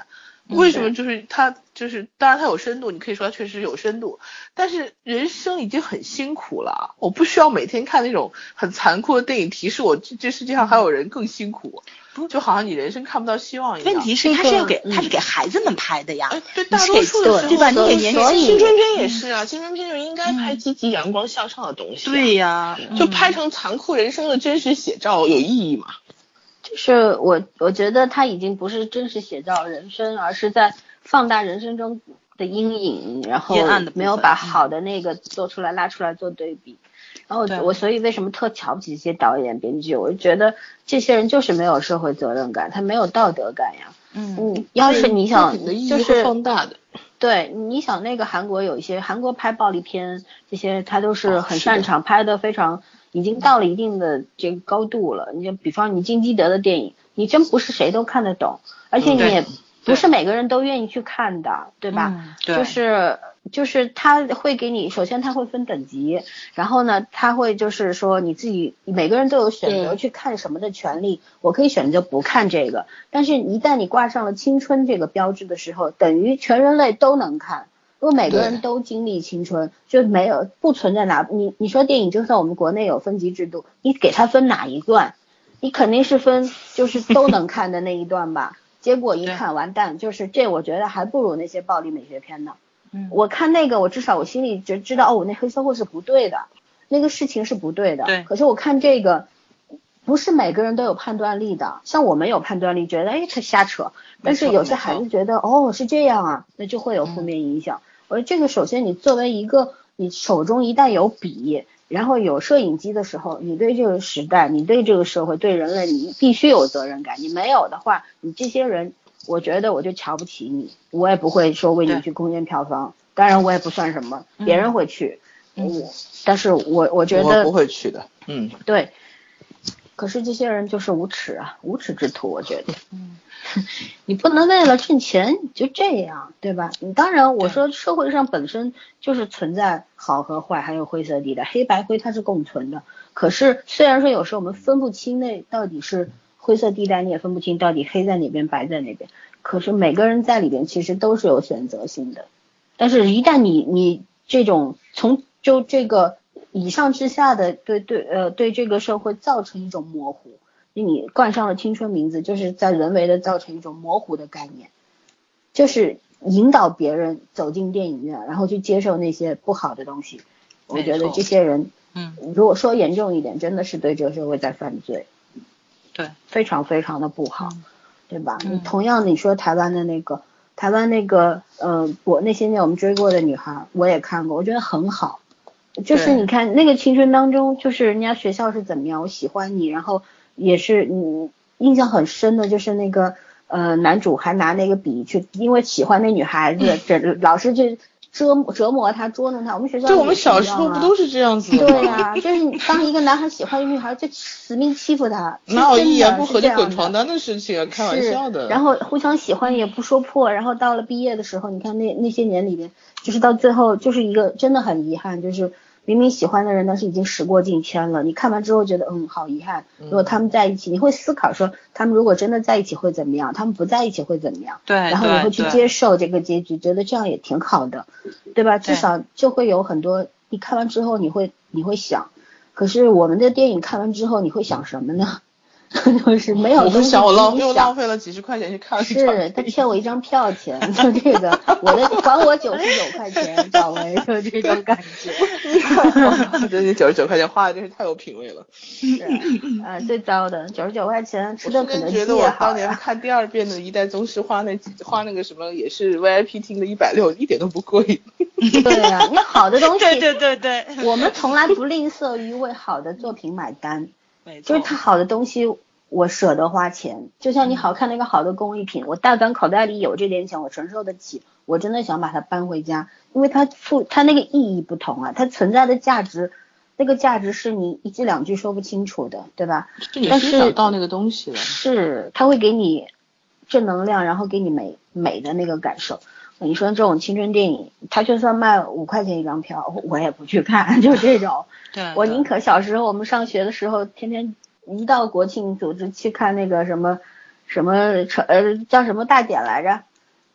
[SPEAKER 1] 为什么就是他就是当然他有深度，你可以说他确实有深度，但是人生已经很辛苦了，我不需要每天看那种很残酷的电影提示我这世界上还有人更辛苦，就好像你人生看不到希望一样。
[SPEAKER 3] 问题是他是给孩子们拍的呀，
[SPEAKER 1] 对大多数的时候
[SPEAKER 3] 对吧？你给年轻
[SPEAKER 5] 青春片也是啊，青春片就应该拍积极阳光向上的东西。
[SPEAKER 3] 对呀，
[SPEAKER 1] 就拍成残酷人生的真实写照有意义吗？
[SPEAKER 4] 就是我觉得他已经不是真实写照人生，而是在放大人生中的阴影，然后没有把好的那个做出来拉出来做对比。然后我所以为什么特瞧不起这些导演编剧，我就觉得这些人就是没有社会责任感，他没有道德感呀。要是你想就是
[SPEAKER 1] 放大的，
[SPEAKER 4] 对，你想那个韩国有一些韩国拍暴力片，这些他都是很擅长拍的，非常已经到了一定的这个高度了。你就比方你金基德的电影，你真不是谁都看得懂，而且你也不是每个人都愿意去看的，对吧？就是他会给你，首先他会分等级，然后呢他会就是说你自己每个人都有选择去看什么的权利，我可以选择不看这个，但是一旦你挂上了青春这个标志的时候，等于全人类都能看，如果每个人都经历青春，就没有不存在哪你说电影就算我们国内有分级制度，你给他分哪一段，你肯定是分就是都能看的那一段吧。结果一看完蛋，就是这我觉得还不如那些暴力美学片呢。我看那个我至少我心里就知道我那黑社会是不对的，那个事情是不对的。可是我看这个不是每个人都有判断力的，像我们有判断力觉得他瞎扯，但是有些孩子觉得是这样啊，那就会有负面影响。我说这个首先你作为一个你手中一旦有笔然后有摄影机的时候，你对这个时代你对这个社会对人类你必须有责任感，你没有的话你这些人我觉得我就瞧不起你，我也不会说为你去贡献票房，当然我也不算什么，别人会去但是我觉得
[SPEAKER 1] 我不会去的
[SPEAKER 4] 对，可是这些人就是无耻啊，无耻之徒我觉得你不能为了挣钱就这样，对吧？你当然我说社会上本身就是存在好和坏还有灰色地带，黑白灰它是共存的，可是虽然说有时候我们分不清那到底是灰色地带，你也分不清到底黑在哪边白在哪边，可是每个人在里边其实都是有选择性的。但是一旦你这种从就这个以上至下的对这个社会造成一种模糊，你冠上了青春名字，就是在人为的造成一种模糊的概念，就是引导别人走进电影院然后去接受那些不好的东西。我觉得这些人如果说严重一点真的是对这个社会在犯罪，
[SPEAKER 3] 对，
[SPEAKER 4] 非常非常的不好对吧？你同样你说台湾那个我那些年我们追过的女孩我也看过，我觉得很好，就是你看那个青春当中就是人家学校是怎么样，我喜欢你，然后也是印象很深的就是那个男主还拿那个笔去因为喜欢那女孩子老师去折磨他捉弄他，我们学校
[SPEAKER 1] 就我们小时候不都是这样子的
[SPEAKER 4] 吗？对呀就是当一个男孩喜欢一个女孩就死命欺负他，
[SPEAKER 1] 哪有一言不合就滚床单的事情啊，开玩笑的。
[SPEAKER 4] 然后互相喜欢也不说破，然后到了毕业的时候你看那些年里面就是到最后就是一个真的很遗憾，就是明明喜欢的人但是已经时过境迁了，你看完之后觉得好遗憾，如果他们在一起你会思考说他们如果真的在一起会怎么样，他们不在一起会怎么样，
[SPEAKER 3] 对，
[SPEAKER 4] 然后你会去接受这个结局，觉得这样也挺好的，对吧？至少就会有很多你看完之后你会想，可是我们的电影看完之后你会想什么呢？就是没有东西，
[SPEAKER 1] 我又浪费了几十块钱去看，
[SPEAKER 4] 是他欠我一张票钱，就这个还我99块钱，赵薇就这种感觉。
[SPEAKER 1] 这你99块钱花的真是太有品味了。
[SPEAKER 4] 是最糟的99块钱吃的肯德基也好。
[SPEAKER 1] 我觉得我当年看第二遍的《一代宗师》花那个什么也是 VIP 厅的160，一点都不贵。
[SPEAKER 4] 对呀你好的东西，
[SPEAKER 3] 对，
[SPEAKER 4] 我们从来不吝啬于为好的作品买单。就是它好的东西我舍得花钱，就像你好看那个好的工艺品，我但凡口袋里有这点钱我承受得起，我真的想把它搬回家，因为它那个意义不同啊，它存在的价值，那个价值是你一句两句说不清楚的，对吧？
[SPEAKER 1] 但是想到那个东西了，
[SPEAKER 4] 是它会给你正能量，然后给你美的那个感受。你说这种青春电影它就算卖5块钱一张票我也不去看，就这种。
[SPEAKER 3] 对，
[SPEAKER 4] 我宁可小时候我们上学的时候天天一到国庆组织去看那个什么叫什么大典来着，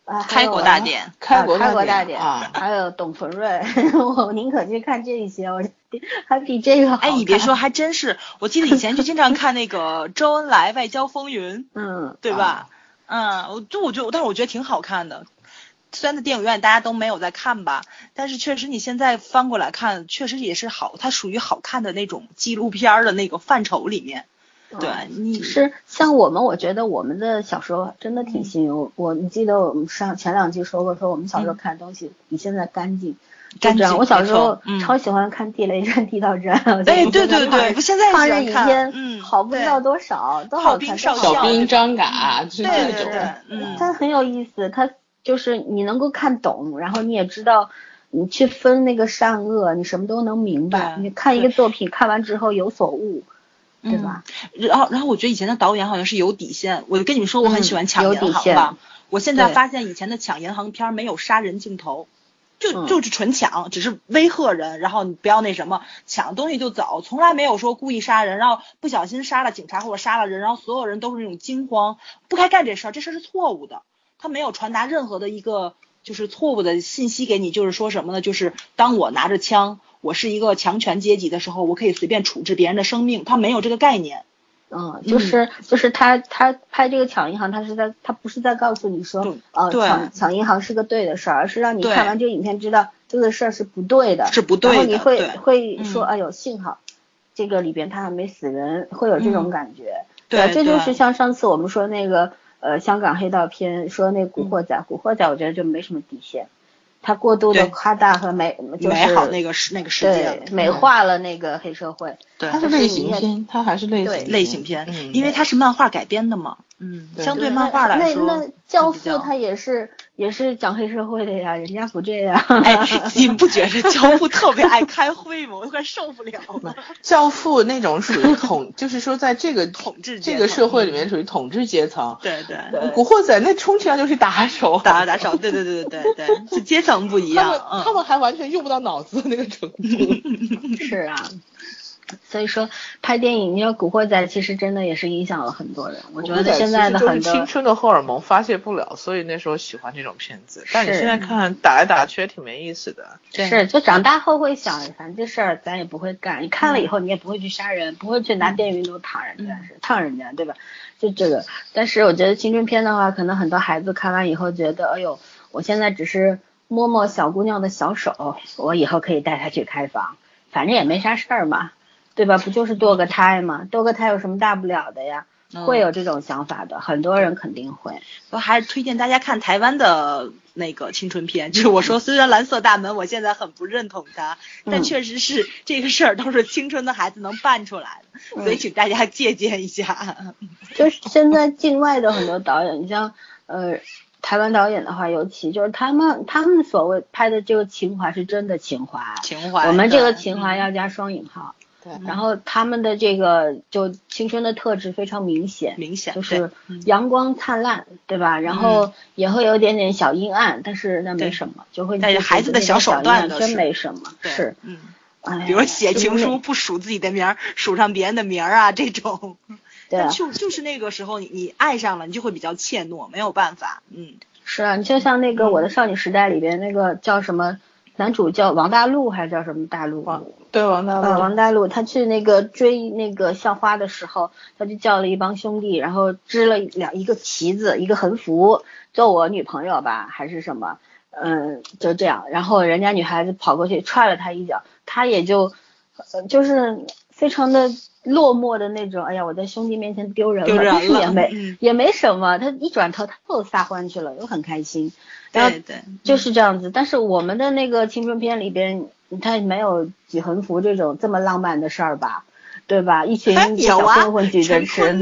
[SPEAKER 3] 开国大典，
[SPEAKER 1] 开国
[SPEAKER 4] 大典
[SPEAKER 1] 啊，
[SPEAKER 4] 还有董存瑞，我宁可去看这一些，我还比这个好看。
[SPEAKER 3] 哎，你别说，还真是，我记得以前就经常看那个周恩来外交风云，对吧？我觉得，但是我觉得挺好看的。虽然在电影院大家都没有在看吧，但是确实你现在翻过来看，确实也是好，它属于好看的那种纪录片的那个范畴里面。对，你
[SPEAKER 4] 是像我觉得我们的小时候真的挺幸运。你记得我们前2期说过，说我们小时候看东西比现在干净。就这样，我小时候超喜欢看地雷战、地道战。
[SPEAKER 3] 哎，对，不现在
[SPEAKER 4] 抗日影片好不知道多少，都好看。
[SPEAKER 1] 小兵张嘎，就是这种。
[SPEAKER 4] 它很有意思，它就是你能够看懂，然后你也知道你去分那个善恶，你什么都能明白。你看一个作品看完之后有所悟。对吧？
[SPEAKER 3] 然后我觉得以前的导演好像是有底线。我就跟你们说，我很喜欢抢银行吧。我现在发现以前的抢银行片没有杀人镜头，就是纯抢，只是威吓人，然后你不要那什么，抢东西就走，从来没有说故意杀人，然后不小心杀了警察或者杀了人，然后所有人都是那种惊慌，不该干这事儿，这事儿是错误的。他没有传达任何的一个就是错误的信息给你，就是说什么呢？就是当我拿着枪。我是一个强权阶级的时候，我可以随便处置别人的生命，他没有这个概念。
[SPEAKER 4] 就是他拍这个抢银行，他不是在告诉你说，抢银行是个对的事儿，而是让你看完这个影片知道这个事儿是不对的，
[SPEAKER 3] 是不对的。
[SPEAKER 4] 然后你会说，哎呦，幸好这个里边他还没死人，会有这种感觉。
[SPEAKER 3] 对，
[SPEAKER 4] 这就是像上次我们说那个香港黑道片，说那古惑仔，我觉得就没什么底线。他过度的夸大和美
[SPEAKER 3] 好那个世界，
[SPEAKER 4] 美化了那个黑社会。
[SPEAKER 3] 对，
[SPEAKER 1] 它是类型片，它还是类型
[SPEAKER 3] 片，因为它是漫画改编的嘛。相对漫画来说，
[SPEAKER 4] 那教父他也是讲黑社会的呀，人家不这样。
[SPEAKER 3] 哎，你不觉得教父特别爱开会吗？我快受不了了。
[SPEAKER 1] 教父那种属于就是说在这个
[SPEAKER 3] 统治
[SPEAKER 1] 这个社会里面属于统治阶层。
[SPEAKER 3] 对。
[SPEAKER 1] 古惑仔那充其量就是打手，
[SPEAKER 3] 打手，对，是阶层不一样。
[SPEAKER 1] 他们还完全用不到脑子的那个程度。
[SPEAKER 4] 是啊。所以说拍电影，你说古惑仔其实真的也是影响了很多人。我觉得现在的很多
[SPEAKER 1] 青春的荷尔蒙发泄不了，所以那时候喜欢这种片子。但你现在看打来打去也挺没意思的。
[SPEAKER 4] 是，就长大后会想，反正这事儿咱也不会干。你看了以后，你也不会去杀人，不会去拿电熨斗烫人家，对吧？就这个。但是我觉得青春片的话，可能很多孩子看完以后觉得，哎呦，我现在只是摸摸小姑娘的小手，我以后可以带她去开房，反正也没啥事儿嘛。对吧？不就是堕个胎吗？堕个胎有什么大不了的呀？会有这种想法的，很多人肯定会。
[SPEAKER 3] 我还是推荐大家看台湾的那个青春片，就是我说虽然蓝色大门我现在很不认同它，但确实是这个事儿都是青春的孩子能办出来的，所以请大家借鉴一下。
[SPEAKER 4] 就是现在境外的很多导演，你像台湾导演的话，尤其就是他们所谓拍的这个情怀是真的情怀，我们这个情怀要加双引号。然后他们的这个就青春的特质非常明显，就是阳光灿烂，对吧？然后也会有点点小阴暗，但是那没什么，就会
[SPEAKER 3] 但是孩子的小手段
[SPEAKER 4] 真没什么，是，
[SPEAKER 3] 比如写情书不数自己的名儿，数上别人的名儿啊这种，
[SPEAKER 4] 对，
[SPEAKER 3] 就是那个时候你爱上了，你就会比较怯懦，没有办法，
[SPEAKER 4] 是啊，你就像那个《我的少女时代》里边那个叫什么？男主叫王大陆还是叫什么大陆？
[SPEAKER 1] 对，王
[SPEAKER 4] 大陆，他去那个追那个校花的时候，他就叫了一帮兄弟，然后支了一个旗子，一个横幅，做我女朋友吧，还是什么？就这样，然后人家女孩子跑过去踹了他一脚，他也就是非常的落寞的那种。哎呀，我在兄弟面前丢人了，但是也没什么。他一转头，他又撒欢去了，又很开心。
[SPEAKER 3] 对，
[SPEAKER 4] 就是这样子。但是我们的那个青春片里边，他没有举横幅这种这么浪漫的事儿吧，对吧？一群小混混举着吃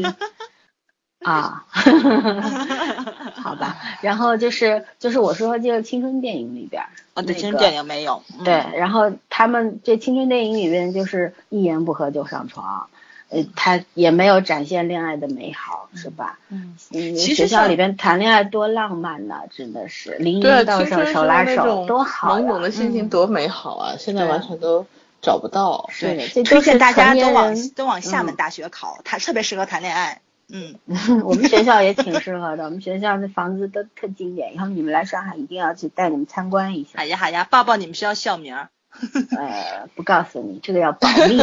[SPEAKER 4] 啊，好吧。然后就是我说这个青春电影里边，
[SPEAKER 3] 对，青春电影没有。
[SPEAKER 4] 对，然后他们这青春电影里边就是一言不合就上床。他也没有展现恋爱的美好，是吧？学校里边谈恋爱多浪漫呐，真的是林荫道上手拉手多好，
[SPEAKER 1] 懵懂的心情多美好啊！现在完全都找不到。
[SPEAKER 4] 是的，
[SPEAKER 3] 推荐大家都往厦门大学考，它特别适合谈恋爱。
[SPEAKER 4] 我们学校也挺适合的，我们学校的房子都特经典，以后你们来上海一定要去带你们参观一下。
[SPEAKER 3] 好呀，报你们学校校名。
[SPEAKER 4] 不告诉你，这个要保密。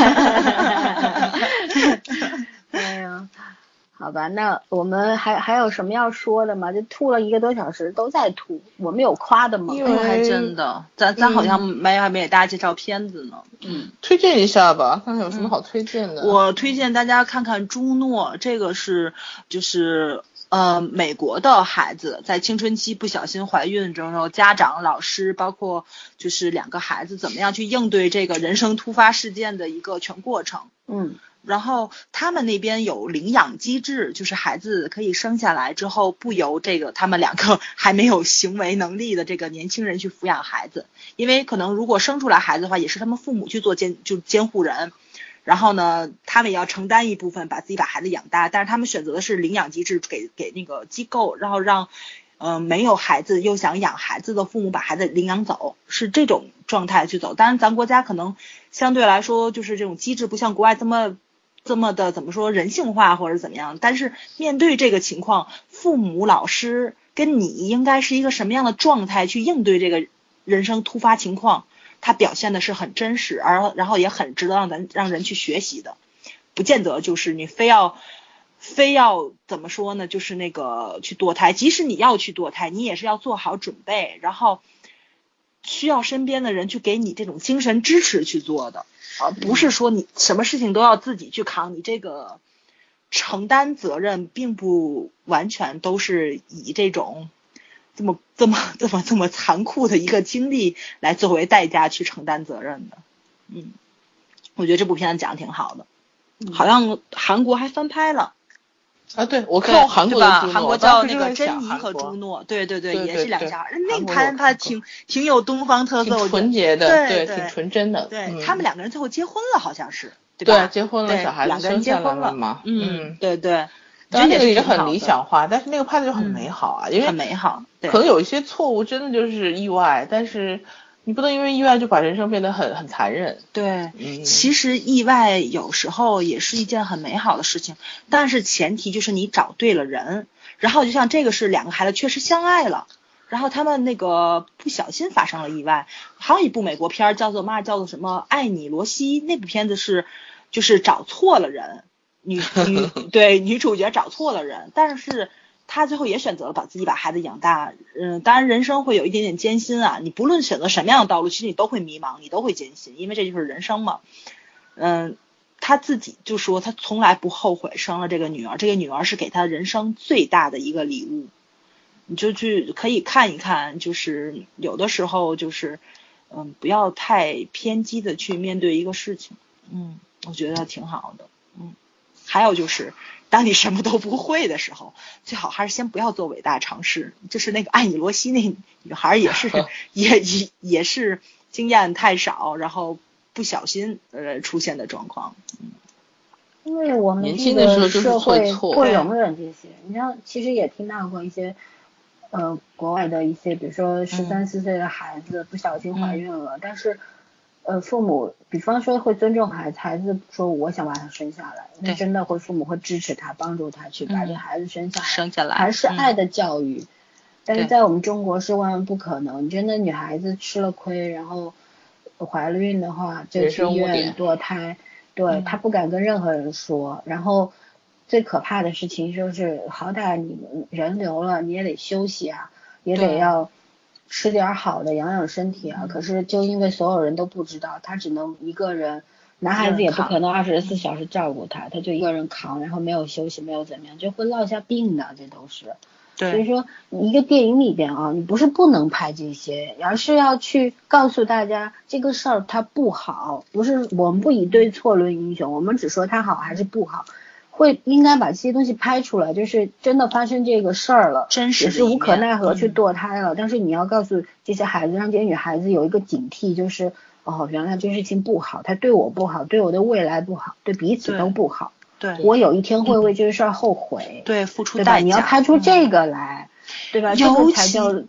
[SPEAKER 4] 哎呀，好吧，那我们还有什么要说的吗？就吐了1个多小时都在吐，我们有夸的吗？
[SPEAKER 3] 还真的，咱好像还没给大家介绍片子呢。
[SPEAKER 1] 推荐一下吧，看看有什么好推荐的。
[SPEAKER 3] 我推荐大家看看朱诺，这个是就是美国的孩子在青春期不小心怀孕之后，家长、老师包括就是2个孩子怎么样去应对这个人生突发事件的一个全过程。然后他们那边有领养机制，就是孩子可以生下来之后不由这个他们2个还没有行为能力的这个年轻人去抚养孩子，因为可能如果生出来孩子的话，也是他们父母去做监护人。然后呢，他们也要承担一部分，把孩子养大，但是他们选择的是领养机制，给那个机构，然后让没有孩子又想养孩子的父母把孩子领养走，是这种状态去走。当然咱国家可能相对来说就是这种机制不像国外这么的怎么说人性化或者怎么样，但是面对这个情况，父母老师跟你应该是一个什么样的状态去应对这个人生突发情况，他表现的是很真实，然后也很值得让人去学习的，不见得就是你非要怎么说呢，就是那个去堕胎，即使你要去堕胎，你也是要做好准备，然后需要身边的人去给你这种精神支持去做的，而不是说你什么事情都要自己去扛，你这个承担责任并不完全都是以这种这么残酷的一个经历来作为代价去承担责任的。我觉得这部片子讲得挺好的，好像韩国还翻拍了
[SPEAKER 1] 啊。对，我看过韩国的朱诺，
[SPEAKER 3] 韩国叫那个珍妮和朱诺，对，也是2个小孩，那个拍挺有东方特色，
[SPEAKER 1] 挺纯洁的，
[SPEAKER 3] 对，
[SPEAKER 1] 挺纯真的。
[SPEAKER 3] 对，他们2个人最后结婚了，好像是，对
[SPEAKER 1] 吧？对，结婚了，小孩
[SPEAKER 3] 子生下来
[SPEAKER 1] 了嘛。
[SPEAKER 3] 对。
[SPEAKER 1] 但那个也很理想化，但是那个拍的就很美好啊，因为
[SPEAKER 3] 很美好，
[SPEAKER 1] 可能有一些错误真的就是意外，但是你不能因为意外就把人生变得很残忍。
[SPEAKER 3] 对，其实意外有时候也是一件很美好的事情，但是前提就是你找对了人。然后就像这个是2个孩子确实相爱了，然后他们那个不小心发生了意外。还有一部美国片叫做什么爱你罗西，那部片子就是找错了人。女主角找错了人，但是她最后也选择了把孩子养大。当然人生会有一点点艰辛啊，你不论选择什么样的道路，其实你都会迷茫，你都会艰辛，因为这就是人生嘛。她自己就说她从来不后悔生了这个女儿，这个女儿是给她人生最大的一个礼物。你就去可以看一看，就是有的时候就是不要太偏激的去面对一个事情。我觉得挺好的。还有就是当你什么都不会的时候，最好还是先不要做伟大尝试。就是那个爱你罗西那女孩也是也是经验太少，然后不小心出现的状况。
[SPEAKER 4] 因为我们这个社会不容忍这些。你知道其实也听到过一些国外的一些比如说13、14岁的孩子不小心怀孕了，但是父母比方说会尊重孩子，孩子说我想把他生下来，那真的父母会支持他，帮助他去把这孩子生下来，还是爱的教育。但是在我们中国是万万不可能。你真的女孩子吃了亏，然后怀了孕的话就去医院堕胎，对，她不敢跟任何人说。然后最可怕的事情就是好歹你人流了你也得休息啊，也得要吃点好的养养身体啊。可是就因为所有人都不知道，他只能一个人，男孩子也不可能24小时照顾他，他就一个人扛，然后没有休息，没有怎么样，就会落下病的，这都是。所以说一个电影里边啊，你不是不能拍这些，而是要去告诉大家这个事儿它不好，不是我们不以对错论英雄，我们只说它好还是不好，应该把这些东西拍出来，就是真的发生这个事儿了，
[SPEAKER 3] 真实
[SPEAKER 4] 也是无可奈何去堕胎了，但是你要告诉这些孩子，让这些女孩子有一个警惕，就是原来这事情不好，它对我不好，对我的未来不好，对彼此都不好。
[SPEAKER 3] 对，
[SPEAKER 4] 我有一天会为这个事儿后悔，
[SPEAKER 3] 对，付出代价。
[SPEAKER 4] 你要拍出这个来，对吧？这个才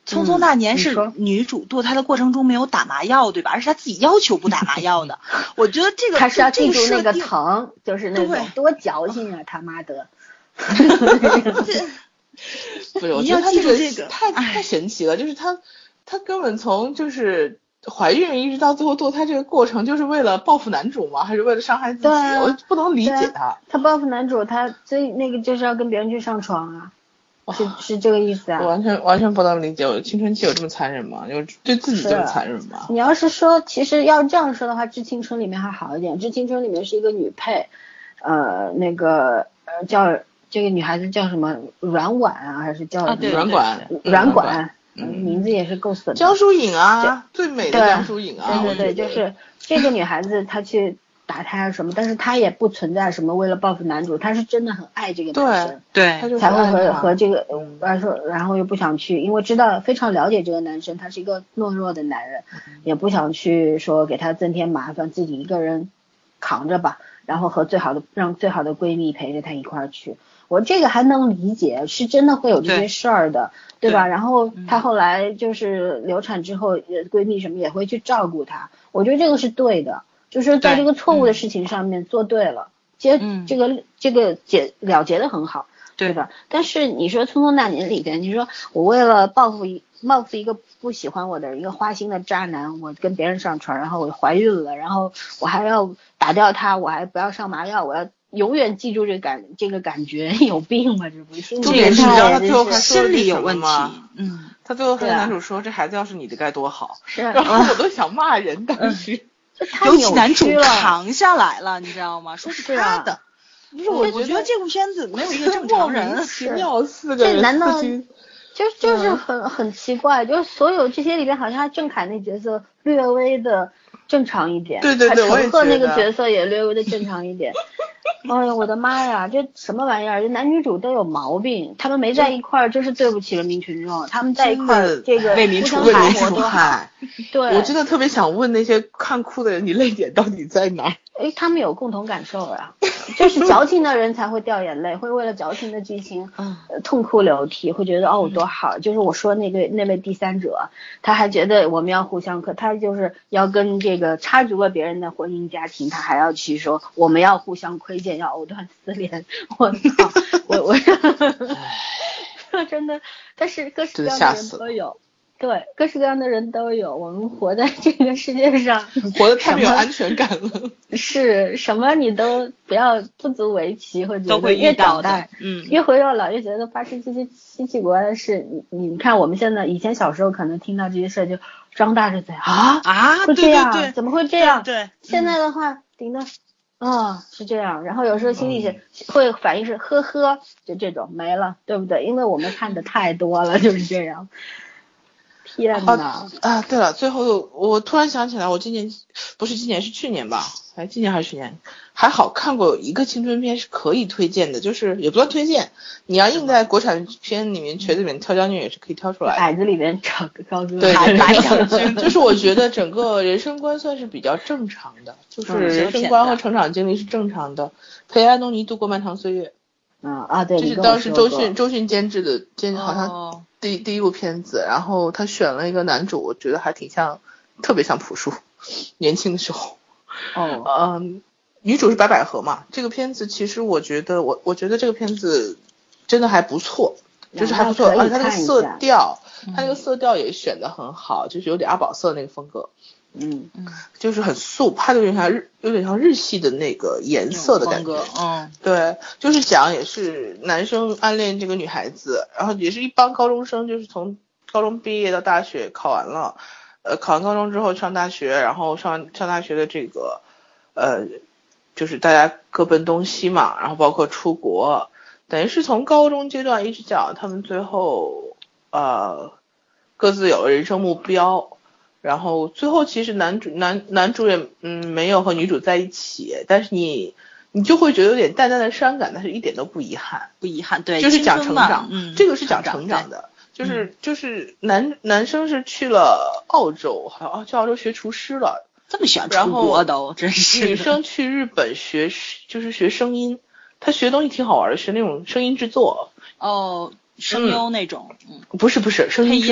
[SPEAKER 3] 匆匆那年是女主堕胎的过程中没有打麻药，对吧？而是她自己要求不打麻药的。我觉得这个
[SPEAKER 4] 她是要记住那个疼，就是那种多矫情啊，他妈的。
[SPEAKER 1] 不是，我觉得他这个太神奇了，就是他根本从就是怀孕一直到最后堕胎这个过程，就是为了报复男主吗？还是为了伤害自己？我不能理解他。
[SPEAKER 4] 他报复男主，他最那个就是要跟别人去上床啊。是这个意思啊？
[SPEAKER 1] 我完全不能理解，我的青春期有这么残忍吗？有对自己这么残忍吗？
[SPEAKER 4] 你要是说，其实要这样说的话，《致青春》里面还好一点，《致青春》里面是一个女配，那个叫这个女孩子叫什么阮婉啊，还是叫
[SPEAKER 1] 阮管，
[SPEAKER 4] 名字也是够损的。
[SPEAKER 1] 江疏影啊，最美的江疏影啊。
[SPEAKER 4] 对，就是这个女孩子她去打胎什么，但是她也不存在什么为了报复男主，她是真的很爱这个男生，
[SPEAKER 3] 对，
[SPEAKER 4] 才会和这个然后又不想去，因为知道非常了解这个男生，他是一个懦弱的男人，也不想去说给他增添麻烦，自己一个人扛着吧，然后和让最好的闺蜜陪着他一块儿去。我这个还能理解，是真的会有这些事儿的，对吧？然后她后来就是流产之后，闺蜜什么也会去照顾她，我觉得这个是对的，就是在这个错误的事情上面做对了，这个了结的很好，对吧？但是你说《匆匆那年》里边，你说我为了报复一个不喜欢我的一个花心的渣男，我跟别人上床，然后我怀孕了，然后我还要打掉他，我还不要上麻药，我要永远记住这个感觉，有病吗？这不是
[SPEAKER 1] 重点是你知道他最后还说
[SPEAKER 3] 心理有问题。
[SPEAKER 1] 他最后和男主说这孩子要是你的该多好，
[SPEAKER 4] 是，
[SPEAKER 1] 然后我都想骂人当时。
[SPEAKER 3] 尤其男主扛下来了，你知道吗？说是他的。
[SPEAKER 1] 不是，
[SPEAKER 3] 我觉得这部片子没有一个正常人。
[SPEAKER 1] 莫名其妙4个人，
[SPEAKER 4] 这难道就是很奇怪？就是所有这些里边，好像郑恺那角色略微的正常一点，
[SPEAKER 1] 对，
[SPEAKER 4] 陈赫那个角色也略微的正常一点。哎呀，我的妈呀，这什么玩意儿？这男女主都有毛病，他们没在一块儿，真是对不起人民群众。他们在一块儿，这个
[SPEAKER 3] 为民除
[SPEAKER 1] 害。
[SPEAKER 4] 对，
[SPEAKER 1] 我真的特别想问那些看哭的人，你泪点到底在哪？
[SPEAKER 4] 他们有共同感受啊，就是矫情的人才会掉眼泪，会为了矫情的剧情痛哭流涕，会觉得多好。就是我说那位第三者，他还觉得我们要互相他就是要跟这个插足了别人的婚姻家庭，他还要去说我们要互相亏欠，要藕断丝连。我操，我真的，但是各式各样的人都有。对，各式各样的人都有，我们活在这个世界上，
[SPEAKER 1] 活得太没有安全感了。
[SPEAKER 4] 是什么你都不足为奇，会觉得越长大，越回到老越觉得发生这些稀奇古怪的事。你看我们现在以前小时候可能听到这些事就张大着嘴会这样，
[SPEAKER 3] 对，
[SPEAKER 4] 怎么会这样？
[SPEAKER 3] 对，
[SPEAKER 4] 现在的话顶的是这样，然后有时候心里会反应是呵呵，就这种没了，对不对？因为我们看的太多了，就是这样。天哪！
[SPEAKER 1] 对了，最后我突然想起来，我是去年吧？今年还是去年？还好看过有一个青春片是可以推荐的，就是也不算推荐，你要硬在国产片里面瘸子里面挑娇女也是可以挑出来的。
[SPEAKER 4] 矮子里面找个高个，
[SPEAKER 1] 对，就是我觉得整个人生观算是比较正常的，就是人生观和成长经历是正常的，陪安东尼度过漫长岁月。
[SPEAKER 4] 对，
[SPEAKER 1] 这是当时周迅监制的，好像第一部片子，然后他选了一个男主，我觉得还特别像朴树，年轻的时候。女主是白百合嘛。这个片子其实我觉得这个片子真的还不错，就是还不错，而且它那个色调也选得很好，就是有点阿宝色那个风格。就是很素，它有点像日系的那个颜色的感觉。对，就是讲也是男生暗恋这个女孩子，然后也是一帮高中生，就是从高中毕业到大学考完了，考完高中之后上大学，然后上大学的这个就是大家各奔东西嘛，然后包括出国，等于是从高中阶段一直讲他们最后各自有了人生目标。然后最后其实男主也没有和女主在一起，但是你就会觉得有点淡淡的伤感，但是一点都不遗憾，
[SPEAKER 3] 对，
[SPEAKER 1] 就是讲成长，这个是讲成长的，就是男生是去了澳洲，好像去澳洲学厨师了，
[SPEAKER 3] 这么喜欢出国都真是。
[SPEAKER 1] 女生去日本学声音，她学的东西挺好玩的，学那种声音制作。
[SPEAKER 3] 声优那种。
[SPEAKER 1] 不是声音制作，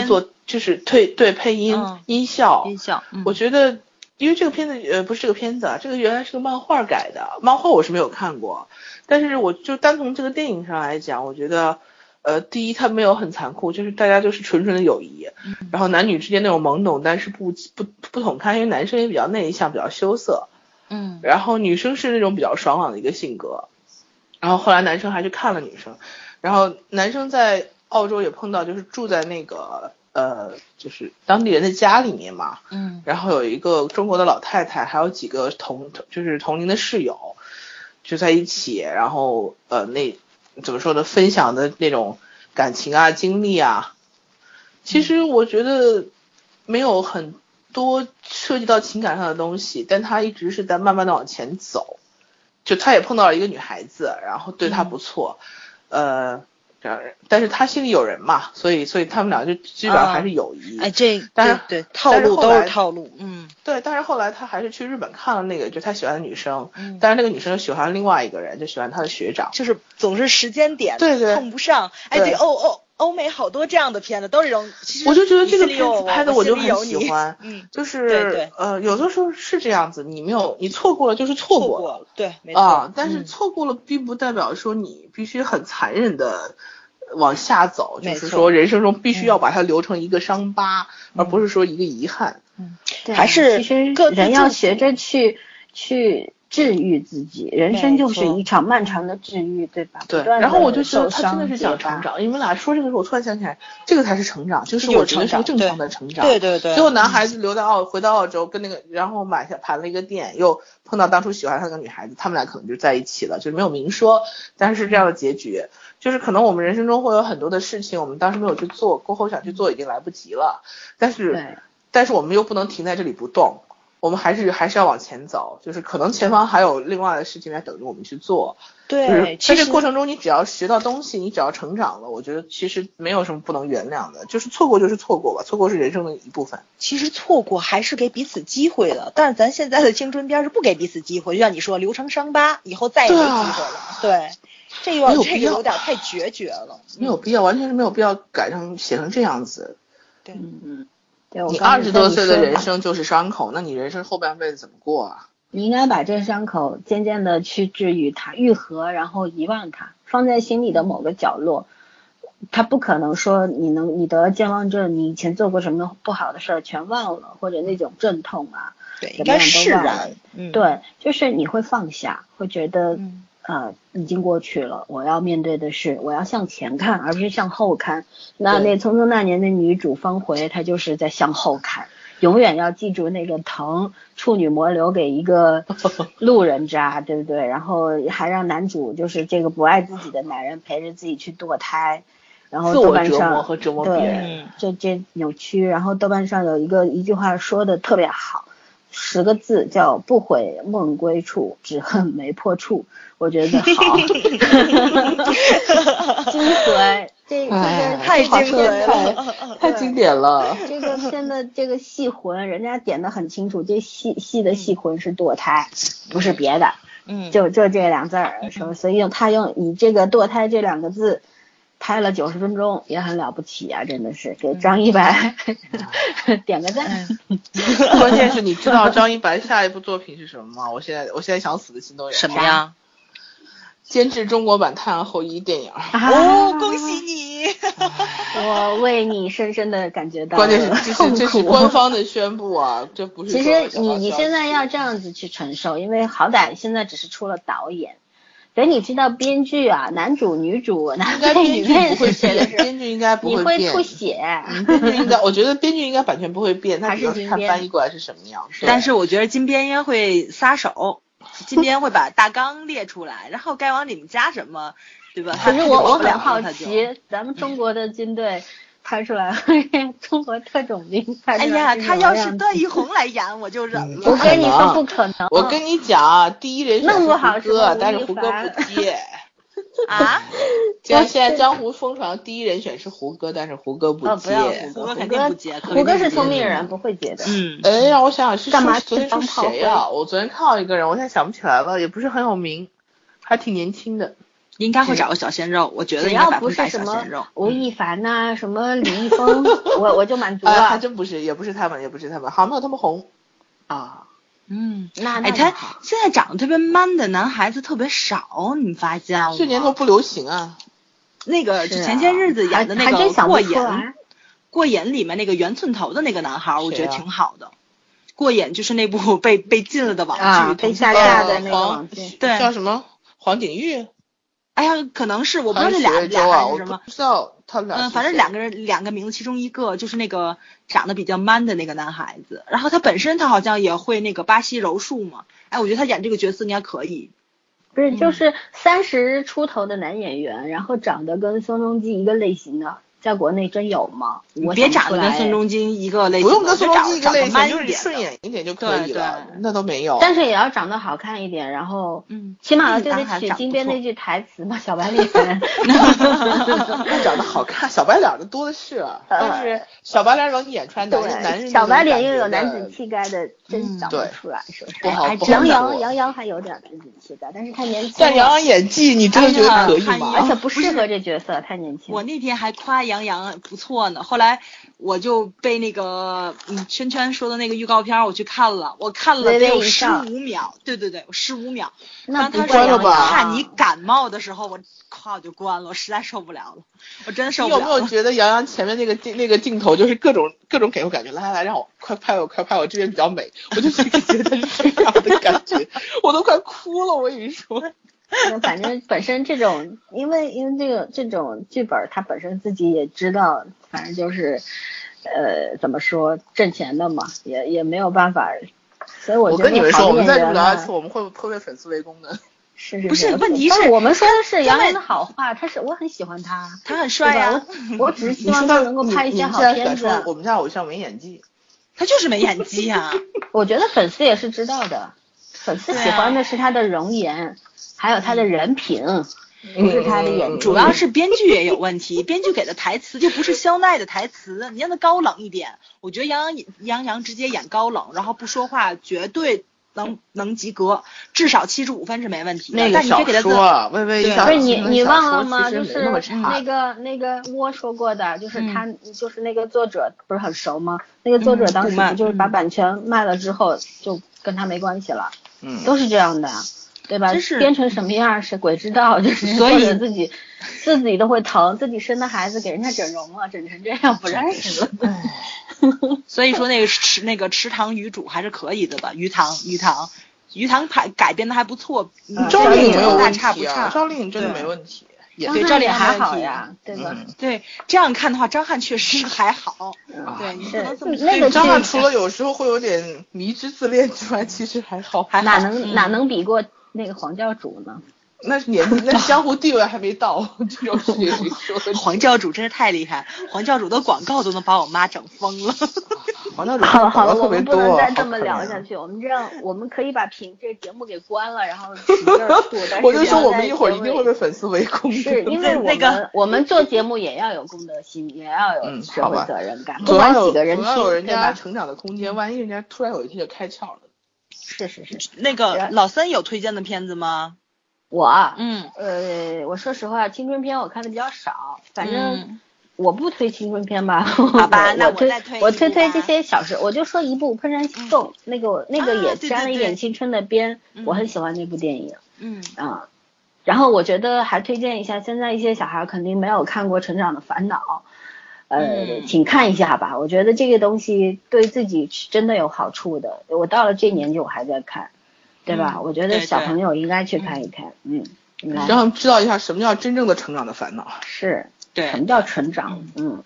[SPEAKER 1] 就是对配音、音效，我觉得因为这个片子不是这个片子啊，这个原来是个漫画改的，漫画我是没有看过，但是我就单从这个电影上来讲，我觉得第一它没有很残酷，就是大家就是纯纯的友谊，然后男女之间那种懵懂但是不捅开，因为男生也比较内向比较羞涩，然后女生是那种比较爽朗的一个性格，然后后来男生还去看了女生，然后男生在澳洲也碰到就是住在那个就是当地人的家里面嘛，然后有一个中国的老太太，还有几个同龄的室友就在一起，然后那怎么说呢，分享的那种感情啊经历啊，其实我觉得没有很多涉及到情感上的东西，但他一直是在慢慢的往前走，就他也碰到了一个女孩子，然后对他不错，但是他心里有人嘛，所以他们俩就基本上还是友谊。但是
[SPEAKER 3] 对套路都是套路，
[SPEAKER 1] 对，但是后来他还是去日本看了那个就他喜欢的女生，但是那个女生又喜欢另外一个人，就喜欢他的学长，
[SPEAKER 3] 就是总是时间点碰不上。
[SPEAKER 1] 对
[SPEAKER 3] 欧美好多这样的片子都是这种，其实
[SPEAKER 1] 我就觉得这个片子拍的我就很喜欢，就是
[SPEAKER 3] 对
[SPEAKER 1] 有的时候是这样子，你错过了就是错过了，
[SPEAKER 3] 对，没错
[SPEAKER 1] 但是错过了并不代表说你必须很残忍的往下走，就是说人生中必须要把它留成一个伤疤，而不是说一个遗憾。
[SPEAKER 4] 对，
[SPEAKER 3] 还是
[SPEAKER 4] 其实人要学着去治愈自己，人生就是一场漫长的治愈，对吧？
[SPEAKER 1] 对。然后我就觉得他真的是想成长。你们俩说这个时候，我突然想起来，这个才是成长，就是我觉得是个正常的成长。
[SPEAKER 3] 对。
[SPEAKER 1] 结果男孩子回到澳洲，跟那个然后盘了一个店，又碰到当初喜欢他那个女孩子，他们俩可能就在一起了，就是没有明说，但是这样的结局，就是可能我们人生中会有很多的事情，我们当时没有去做，过后想去做已经来不及了，但是我们又不能停在这里不动。我们还是要往前走，就是可能前方还有另外的事情在等着我们去做。
[SPEAKER 3] 对，
[SPEAKER 1] 在这个过程中，你只要学到东西，你只要成长了，我觉得其实没有什么不能原谅的，就是错过就是错过吧，错过是人生的一部分。
[SPEAKER 3] 其实错过还是给彼此机会的，但是咱现在的青春片是不给彼此机会，就像你说留成伤疤，以后再也没机会了。对，这个有点太决绝了，
[SPEAKER 1] 没有必要，完全是没有必要写成这样子。
[SPEAKER 3] 对，
[SPEAKER 4] 对，
[SPEAKER 1] 你20多岁的人生就是伤口，那你人生后半辈子怎么过啊？
[SPEAKER 4] 你应该把这伤口渐渐的去治愈它，愈合，然后遗忘它，放在心里的某个角落。他不可能说你得了健忘症，你以前做过什么不好的事儿全忘了，或者那种阵痛啊，
[SPEAKER 3] 对，应该释然。
[SPEAKER 4] 对，就是你会放下，会觉得已经过去了，我要面对的是我要向前看，而不是向后看。那《匆匆那年》的女主方茴，她就是在向后看，永远要记住那个疼，处女膜留给一个路人渣，对不对？然后还让男主就是这个不爱自己的男人陪着自己去堕胎，然后豆瓣上
[SPEAKER 1] 自我折磨和折磨别人，
[SPEAKER 4] 这扭曲。然后豆瓣上有一句话说的特别好，10个字叫不悔梦归处，只恨没破处。我觉得好精髓，这个
[SPEAKER 3] 太精髓了，
[SPEAKER 1] 太经典了。
[SPEAKER 4] 这个片的这个戏魂，人家点得很清楚，这戏的戏魂是堕胎，不是别的。就这2字儿，所以他以这个堕胎这2个字拍了90分钟，也很了不起啊，真的是给张一白点个赞。
[SPEAKER 1] 关键是你知道张一白下一部作品是什么吗？我现在想死的心都有。
[SPEAKER 3] 什么呀？
[SPEAKER 1] 监制中国版《太阳后裔》电影。
[SPEAKER 3] 恭喜你！
[SPEAKER 4] 我为你深深的感觉到
[SPEAKER 1] 关键是这是官方的宣布啊，这不是。
[SPEAKER 4] 其实你现在要这样子去承受，因为好歹现在只是出了导演。等你知道编剧啊，男主女主男配女配是谁的时候，
[SPEAKER 1] 编剧应该不会变，
[SPEAKER 4] 你会吐血。
[SPEAKER 1] 我觉得编剧应该版权不会变，他只是看翻译过来是什么样。
[SPEAKER 3] 但是我觉得金边应该会撒手。金边会把大纲列出来，然后该往里面加什么，对吧？
[SPEAKER 4] 可是我很好奇，咱们中国的军队拍出来，中国特种兵拍出来，
[SPEAKER 3] 哎呀，他要是段奕宏来演，我就忍了。
[SPEAKER 4] 我跟你说不可能。
[SPEAKER 1] 我跟你讲啊，第一人选是胡歌，但是胡歌不接。
[SPEAKER 3] 啊？
[SPEAKER 1] 现在江湖疯传第一人选是胡歌，但是胡歌不接。
[SPEAKER 3] 胡歌肯定不接。
[SPEAKER 4] 胡歌是聪明人，不会接的。
[SPEAKER 1] 让我想想是
[SPEAKER 4] 干嘛？
[SPEAKER 1] 昨天是谁啊？我昨天看到一个人，我现在想不起来了，也不是很有名，还挺年轻的。
[SPEAKER 3] 应该会找个小鲜肉，我觉得
[SPEAKER 4] 只要不是什么吴亦凡呐、什么李易峰，我就满足了。
[SPEAKER 1] 还真不是，也不是他们，好像没有他们红
[SPEAKER 4] 啊。
[SPEAKER 3] 他现在长得特别 man 的男孩子特别少，你发现了吗？
[SPEAKER 1] 这年头不流行啊。
[SPEAKER 3] 那个前些日子演的那个过瘾里面那个圆寸头的那个男孩，我觉得挺好的。过瘾就是那部被禁了的网剧，
[SPEAKER 4] 被下架的那个网剧，
[SPEAKER 3] 对，
[SPEAKER 1] 叫什么？黄景瑜。
[SPEAKER 3] 哎呀，可能是我不知道这俩是什么，
[SPEAKER 1] 不知道他们俩。
[SPEAKER 3] 反正两个名字，其中一个就是那个长得比较 man 的那个男孩子，然后他本身他好像也会那个巴西柔术嘛，哎，我觉得他演这个角色应该可以。
[SPEAKER 4] 不是，就是30出头的男演员，然后长得跟宋仲基一个类型的，在国内真有吗？
[SPEAKER 3] 我别长得跟宋仲基一个类型，
[SPEAKER 1] 不用跟宋仲基一个类型，
[SPEAKER 3] 就是
[SPEAKER 1] 顺眼一点就可以了。那都没有。
[SPEAKER 4] 但是也要长得好看一点，然后起码要对得起金边那句台词嘛，小白脸。
[SPEAKER 1] 长得好看，小白脸的多的是，但是小白脸能演出来男人。
[SPEAKER 4] 小白脸又有男子气概的，真长不出来，是不是？
[SPEAKER 1] 不好。
[SPEAKER 4] 杨洋还有点男子气概，但是太年轻了。
[SPEAKER 1] 但杨洋演技，你真的觉得可以吗？
[SPEAKER 4] 而且不适合这角色，太年轻。
[SPEAKER 3] 我那天还夸杨洋不错呢，后来我就被那个圈圈说的那个预告片我去看了，我看了得有15秒，对，我15秒。当他说看你感冒的时候，我就关了，我实在受不了了，我真受不了了。
[SPEAKER 1] 你有没有觉得杨洋前面那个镜头就是各种给我感觉，来让我快拍我这边比较美，我就觉得是这样的感觉，我都快哭了，我跟你说。
[SPEAKER 4] 反正本身这种，因为这种剧本，他本身自己也知道，反正就是怎么说挣钱的嘛，也没有办法。所以我觉得
[SPEAKER 1] 跟你们说，我们再这么聊下去，我们会被粉丝围攻的。
[SPEAKER 4] 是，
[SPEAKER 3] 不是问题是
[SPEAKER 4] 我们说的是杨洋的好话，我很喜欢他，
[SPEAKER 3] 他很帅呀。
[SPEAKER 4] 我只是希望他能够拍一些好片子。
[SPEAKER 1] 我们家偶像没演技，
[SPEAKER 3] 他就是没演技啊。
[SPEAKER 4] 我觉得粉丝也是知道的，粉丝喜欢的是他的容颜，还有他的人品，不是他的演技。
[SPEAKER 3] 主要是编剧也有问题，编剧给的台词就不是肖奈的台词，你让他高冷一点。我觉得杨洋直接演高冷，然后不说话，绝对能及格，至少75分是没问题的。
[SPEAKER 1] 那个小说，微微一下，
[SPEAKER 4] 不是你忘了吗？就是那个我说过的，就是他就是那个作者不是很熟吗？那个作者当时不就是把版权卖了之后，就跟他没关系了。都是这样的。对吧？编成什么样是鬼知道，就是所以自己都会疼，自己生的孩子给人家整容了，整成这样不认识了。
[SPEAKER 3] 所以说那个池塘鱼主还是可以的吧？鱼塘改编的还不错。
[SPEAKER 1] 赵丽颖没有问
[SPEAKER 3] 题
[SPEAKER 1] 啊，赵丽颖真的没问题。
[SPEAKER 3] 对，赵丽颖
[SPEAKER 4] 还好呀，对吧？
[SPEAKER 3] 对，这样看的话，张翰确实还好。对，你不能这么
[SPEAKER 4] 那个
[SPEAKER 1] 张翰除了有时候会有点迷之自恋之外，其实还好。
[SPEAKER 4] 哪能比过那个黄教主呢？
[SPEAKER 1] 那年纪，那江湖地位还没到，这种事情说。
[SPEAKER 3] 黄教主真是太厉害，黄教主的广告都能把我妈整疯了。
[SPEAKER 1] 黄教主
[SPEAKER 4] 好了，我们不能再这么聊下去。我们这样，我们可以把这个节目给关了，然后使劲吐。
[SPEAKER 1] 我就说我们一会儿一定会被粉丝围攻。
[SPEAKER 4] 是因为我们做节目也要有公德心，也要有社会责任感，不管几个人听，
[SPEAKER 1] 有人家成长的空间。万一人家突然有一天就开窍了。
[SPEAKER 4] 是。
[SPEAKER 3] 那个老三有推荐的片子吗？
[SPEAKER 4] 我说实话，青春片我看的比较少，反正我不推青春片吧。
[SPEAKER 3] 好吧，那
[SPEAKER 4] 我推这些小事，我就说一部《怦然心动》，那个也沾了一点青春的边，我很喜欢那部电影。然后我觉得还推荐一下，现在一些小孩肯定没有看过《成长的烦恼》，请看一下吧。我觉得这个东西对自己是真的有好处的。我到了这年纪我还在看。对吧？我觉得小朋友应该去看一看，
[SPEAKER 1] 让他们知道一下什么叫真正的成长的烦恼。
[SPEAKER 4] 是，
[SPEAKER 3] 对，
[SPEAKER 4] 什么叫成长？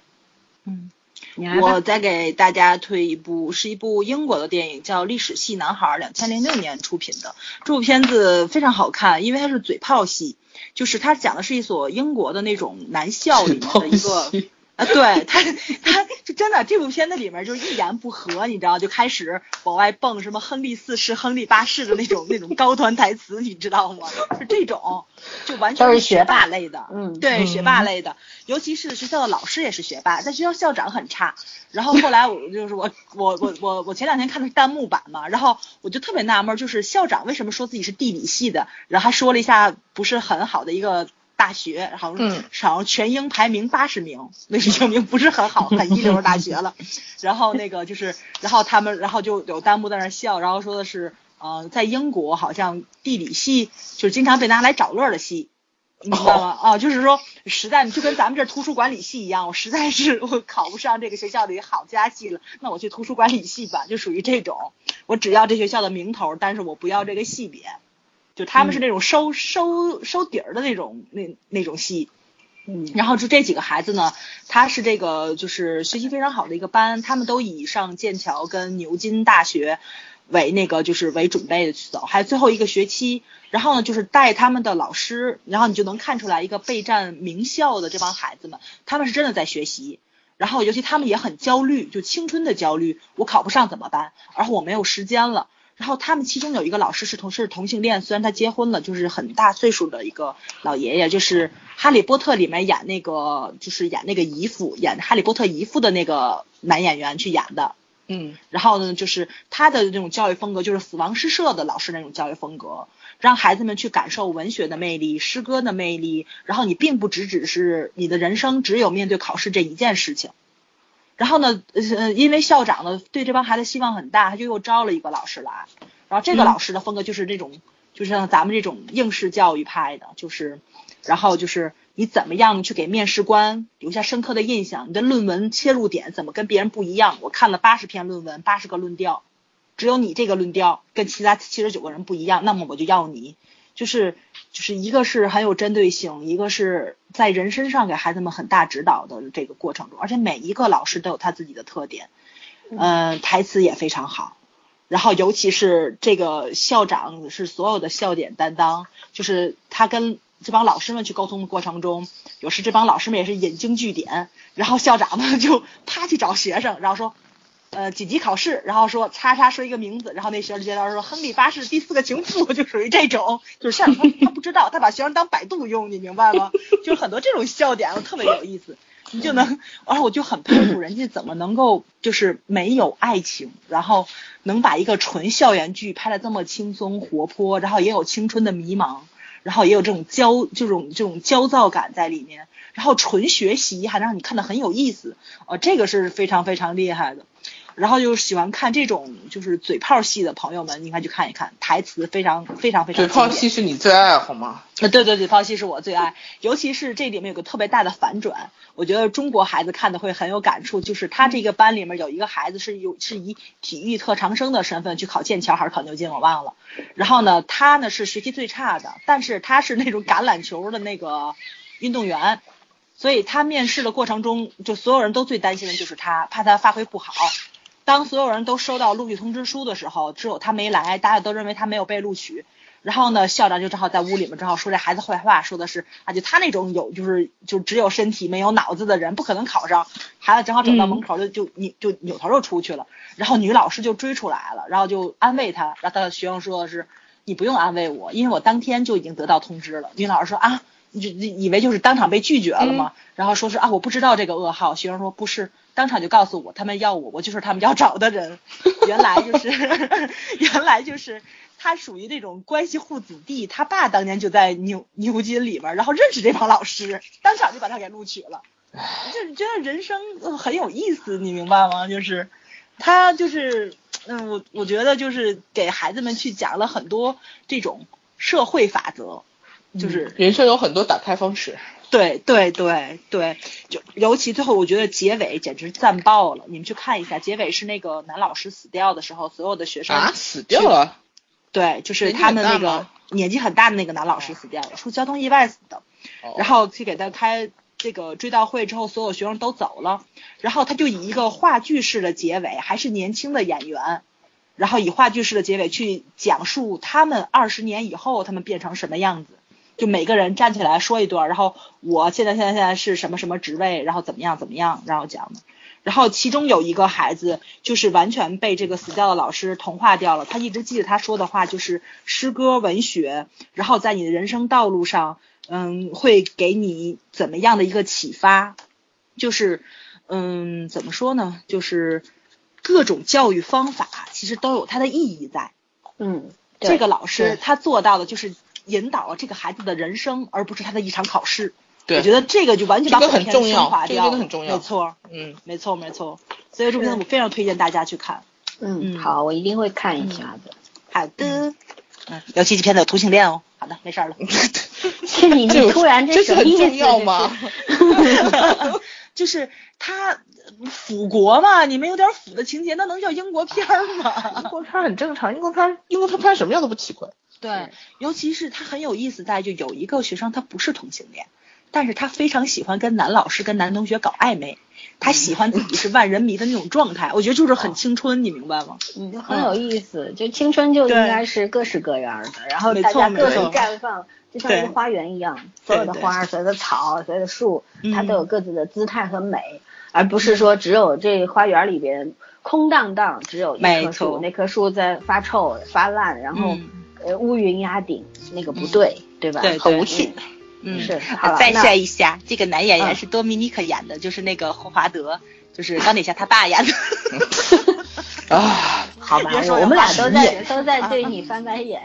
[SPEAKER 3] 我再给大家推一部，是一部英国的电影，叫《历史系男孩》，2006年出品的。这部片子非常好看，因为它是嘴炮戏，就是它讲的是一所英国的那种男校里面的一个。对他就真的这部片子里面就是一言不合，你知道就开始往外蹦什么亨利4世、亨利8世的那种高端台词，你知道吗？是这种，就完全是学霸类的，对，学霸类的，尤其是学校的老师也是学霸，在学校校长很差。然后后来我前2天看的是弹幕版嘛，然后我就特别纳闷，就是校长为什么说自己是地理系的，然后还说了一下不是很好的一个大学，好像全英排名80名，那是证明不是很好，很一流的大学了。然后那个就是，然后就有弹幕在那笑，然后说的是，在英国好像地理系就是经常被拿来找乐的系。你知道吗？就是说实在就跟咱们这图书管理系一样，我实在是我考不上这个学校里好其他系了，那我去图书管理系吧，就属于这种，我只要这学校的名头，但是我不要这个系别，就他们是那种收底儿的那种那种系。然后就这几个孩子呢，他是这个就是学习非常好的一个班，他们都以上剑桥跟牛津大学为那个就是为准备的去走，还有最后一个学期，然后呢就是带他们的老师，然后你就能看出来一个备战名校的这帮孩子们，他们是真的在学习，然后尤其他们也很焦虑，就青春的焦虑，我考不上怎么办，然后我没有时间了。然后他们其中有一个老师是同性恋，虽然他结婚了，就是很大岁数的一个老爷爷，就是哈利波特里面演那个就是演那个姨父，演哈利波特姨父的那个男演员去演的。然后呢就是他的这种教育风格就是死亡诗社的老师那种教育风格，让孩子们去感受文学的魅力，诗歌的魅力，然后你并不只是你的人生只有面对考试这一件事情。然后呢因为校长呢对这帮孩子希望很大，他就又招了一个老师来，然后这个老师的风格就是这种就是像咱们这种应试教育派的，就是然后就是你怎么样去给面试官留下深刻的印象，你的论文切入点怎么跟别人不一样，我看了80篇论文，80个论调，只有你这个论调跟其他79个人不一样，那么我就要你，就是一个是很有针对性，一个是在人身上给孩子们很大指导的这个过程中，而且每一个老师都有他自己的特点，台词也非常好，然后尤其是这个校长是所有的笑点担当，就是他跟这帮老师们去沟通的过程中，有时这帮老师们也是引经据典，然后校长呢就啪去找学生，然后说几级考试，然后说叉叉说一个名字，然后那学生接到说亨利8世第4个情妇，就属于这种，就是校长他不知道，他把学生当百度用，你明白吗？就是很多这种笑点特别有意思，你就能，而我就很佩服人家怎么能够就是没有爱情，然后能把一个纯校园剧拍得这么轻松活泼，然后也有青春的迷茫，然后也有这种焦躁感在里面，然后纯学习还让你看得很有意思，这个是非常非常厉害的。然后就是喜欢看这种就是嘴炮戏的朋友们应该去看一看，台词非常非常非常。
[SPEAKER 1] 嘴炮戏是你最爱好吗？
[SPEAKER 3] 对，嘴炮戏是我最爱，尤其是这里面有个特别大的反转，我觉得中国孩子看的会很有感触，就是他这个班里面有一个孩子是以体育特长生的身份去考剑桥还是考牛津我忘了，然后呢他呢是学习最差的，但是他是那种橄榄球的那个运动员，所以他面试的过程中就所有人都最担心的就是他，怕他发挥不好。当所有人都收到录取通知书的时候，只有他没来，大家都认为他没有被录取。然后呢，校长就正好在屋里面正好说这孩子坏话，说的是就他那种就只有身体没有脑子的人不可能考上。孩子正好走到门口就扭头就出去了，然后女老师就追出来了，然后就安慰他，然后他的学生说的是你不用安慰我，因为我当天就已经得到通知了。女老师说你以为就是当场被拒绝了吗？然后说是我不知道这个噩耗。学生说不是，当场就告诉我他们要我就是他们要找的人。原来就是他属于那种关系户子弟，他爸当年就在牛津里边，然后认识这帮老师，当场就把他给录取了。就是觉得人生很有意思，你明白吗？就是他就是我觉得就是给孩子们去讲了很多这种社会法则，就是
[SPEAKER 1] 人生有很多打开方式。
[SPEAKER 3] 对，就尤其最后我觉得结尾简直赞爆了，你们去看一下，结尾是那个男老师死掉的时候，所有的学生
[SPEAKER 1] 死掉了。
[SPEAKER 3] 对，就是他们那个年纪很大的那个男老师死掉了，出交通意外死的。然后去给他开这个追悼会之后，所有学生都走了，然后他就以一个话剧式的结尾，还是年轻的演员，然后以话剧式的结尾去讲述他们20年以后他们变成什么样子，就每个人站起来说一段，然后我现在是什么什么职位，然后怎么样，然后讲的。然后其中有一个孩子就是完全被这个死掉的老师同化掉了，他一直记得他说的话，就是诗歌文学，然后在你的人生道路上会给你怎么样的一个启发，就是怎么说呢，就是各种教育方法其实都有它的意义在。这个老师他做到的就是引导这个孩子的人生，而不是他的一场考试。
[SPEAKER 1] 对，
[SPEAKER 3] 我觉得这个就完全把本片升华掉了，
[SPEAKER 1] 这个很重要，
[SPEAKER 3] 没错，没错。所以这片我非常推荐大家去看。
[SPEAKER 4] 好，我一定会看一下的。
[SPEAKER 3] 好的，尤其这片子有同性恋哦。好的，没事了。
[SPEAKER 4] 你突然这
[SPEAKER 1] 是很重要吗？
[SPEAKER 3] 就是他腐国嘛，你们有点腐的情节，那能叫英国片吗？
[SPEAKER 1] 英国片很正常，英国片拍什么样都不奇怪。
[SPEAKER 3] 对，尤其是他很有意思在就有一个学生他不是同性恋，但是他非常喜欢跟男老师跟男同学搞暧昧，他喜欢自己是万人迷的那种状态，我觉得就是很青春，你明白吗？
[SPEAKER 4] 很有意思，就青春就应该是各式各样的，然后大家各种绽放，就像一个花园一样，所有的花、所有的草、所有的树，它都有各自的姿态和美，而不是说只有这花园里边空荡荡，只有一棵树，那棵树在发臭发烂，然后乌云压顶，那个不对，对吧？
[SPEAKER 3] 对，
[SPEAKER 1] 很无趣。
[SPEAKER 4] 是。好了，
[SPEAKER 3] 再说一下，这个男演员是多米尼克演的，就是那个霍华德，就是钢铁侠他爸演的。
[SPEAKER 1] 啊，
[SPEAKER 4] 好吧，我们俩都在对你翻白眼。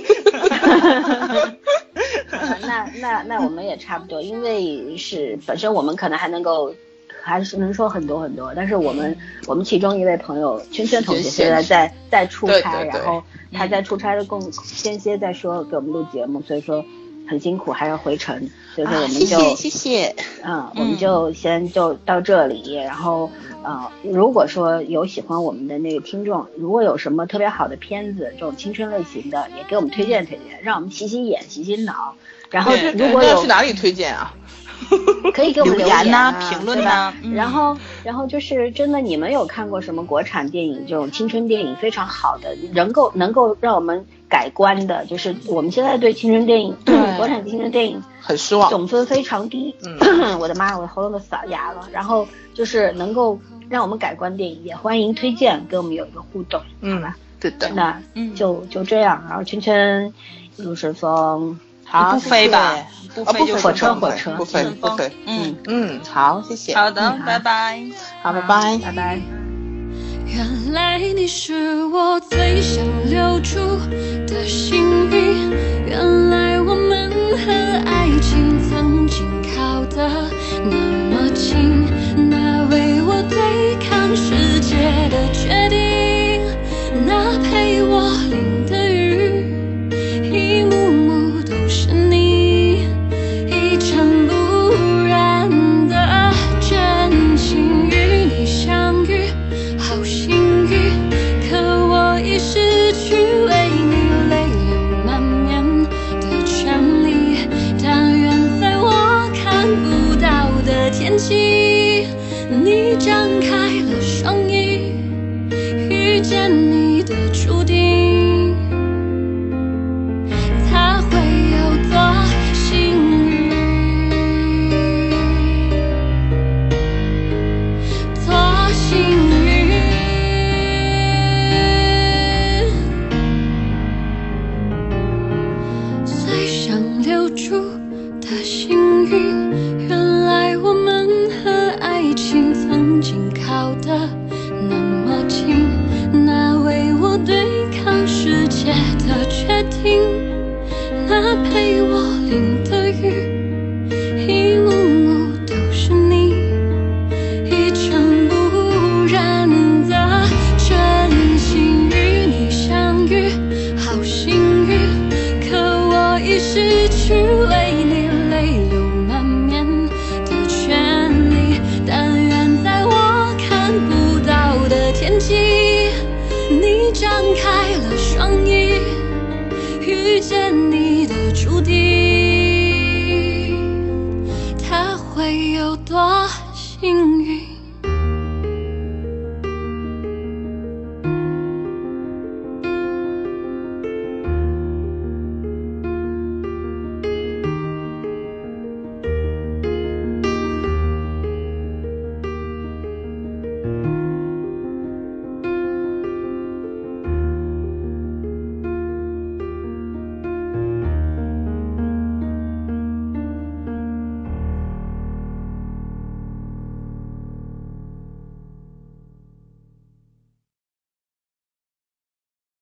[SPEAKER 4] 那我们也差不多，因为是本身我们可能还是能说很多很多，但是我们其中一位朋友圈圈同学现在在出差，然后他在出差的间歇在说给我们录节目，所以说很辛苦还要回程，所以说我们就
[SPEAKER 3] 谢谢，
[SPEAKER 4] 我们就先就到这里，然后如果说有喜欢我们的那个听众，如果有什么特别好的片子，这种青春类型的，也给我们推荐推荐，让我们洗洗眼洗洗脑。然后如果有
[SPEAKER 1] 去哪里推荐啊？
[SPEAKER 4] 可以给我们留言
[SPEAKER 3] 呐、评论呐。
[SPEAKER 4] 然后就是真的，你们有看过什么国产电影这种青春电影非常好的，能够让我们改观的？就是我们现在对青春电影，国产青春电影
[SPEAKER 1] 很失望，
[SPEAKER 4] 总分非常低。我的妈，我喉咙都撒哑了。然后就是能够让我们改观电影，也欢迎推荐，跟我们有一个互动，好吧？
[SPEAKER 1] 对的。
[SPEAKER 4] 那就这样。然后圈圈陆顺风。
[SPEAKER 3] 不飞吧，
[SPEAKER 1] 不飞就
[SPEAKER 4] 火车，
[SPEAKER 1] 不飞。好，谢谢。
[SPEAKER 3] 好的，拜拜。
[SPEAKER 1] 好，拜拜，
[SPEAKER 4] 拜拜。
[SPEAKER 6] 原来你是我最想留住的幸运，原来我们和爱情曾经靠得那么近，那为我对抗世界的决定，那陪我淋的雨，一幕幕都是你，一尘不染的真情，与你相遇好幸运，可我已失去为你泪流满面的权利，但愿在我看不到的天际，你张开了双翼，遇见你的注定，他会有多幸运，多幸运。最想留住的幸运，原来我们和爱情曾经靠得那么近，那为我对抗世界的决定，那陪我淋的雨，一幕幕都是你，一尘不染的真心，与你相遇好幸运，可我已失去为你泪流满面的权利，但愿在我看不到的天际，你张开了双翼，遇见你的注定，他会有多幸运。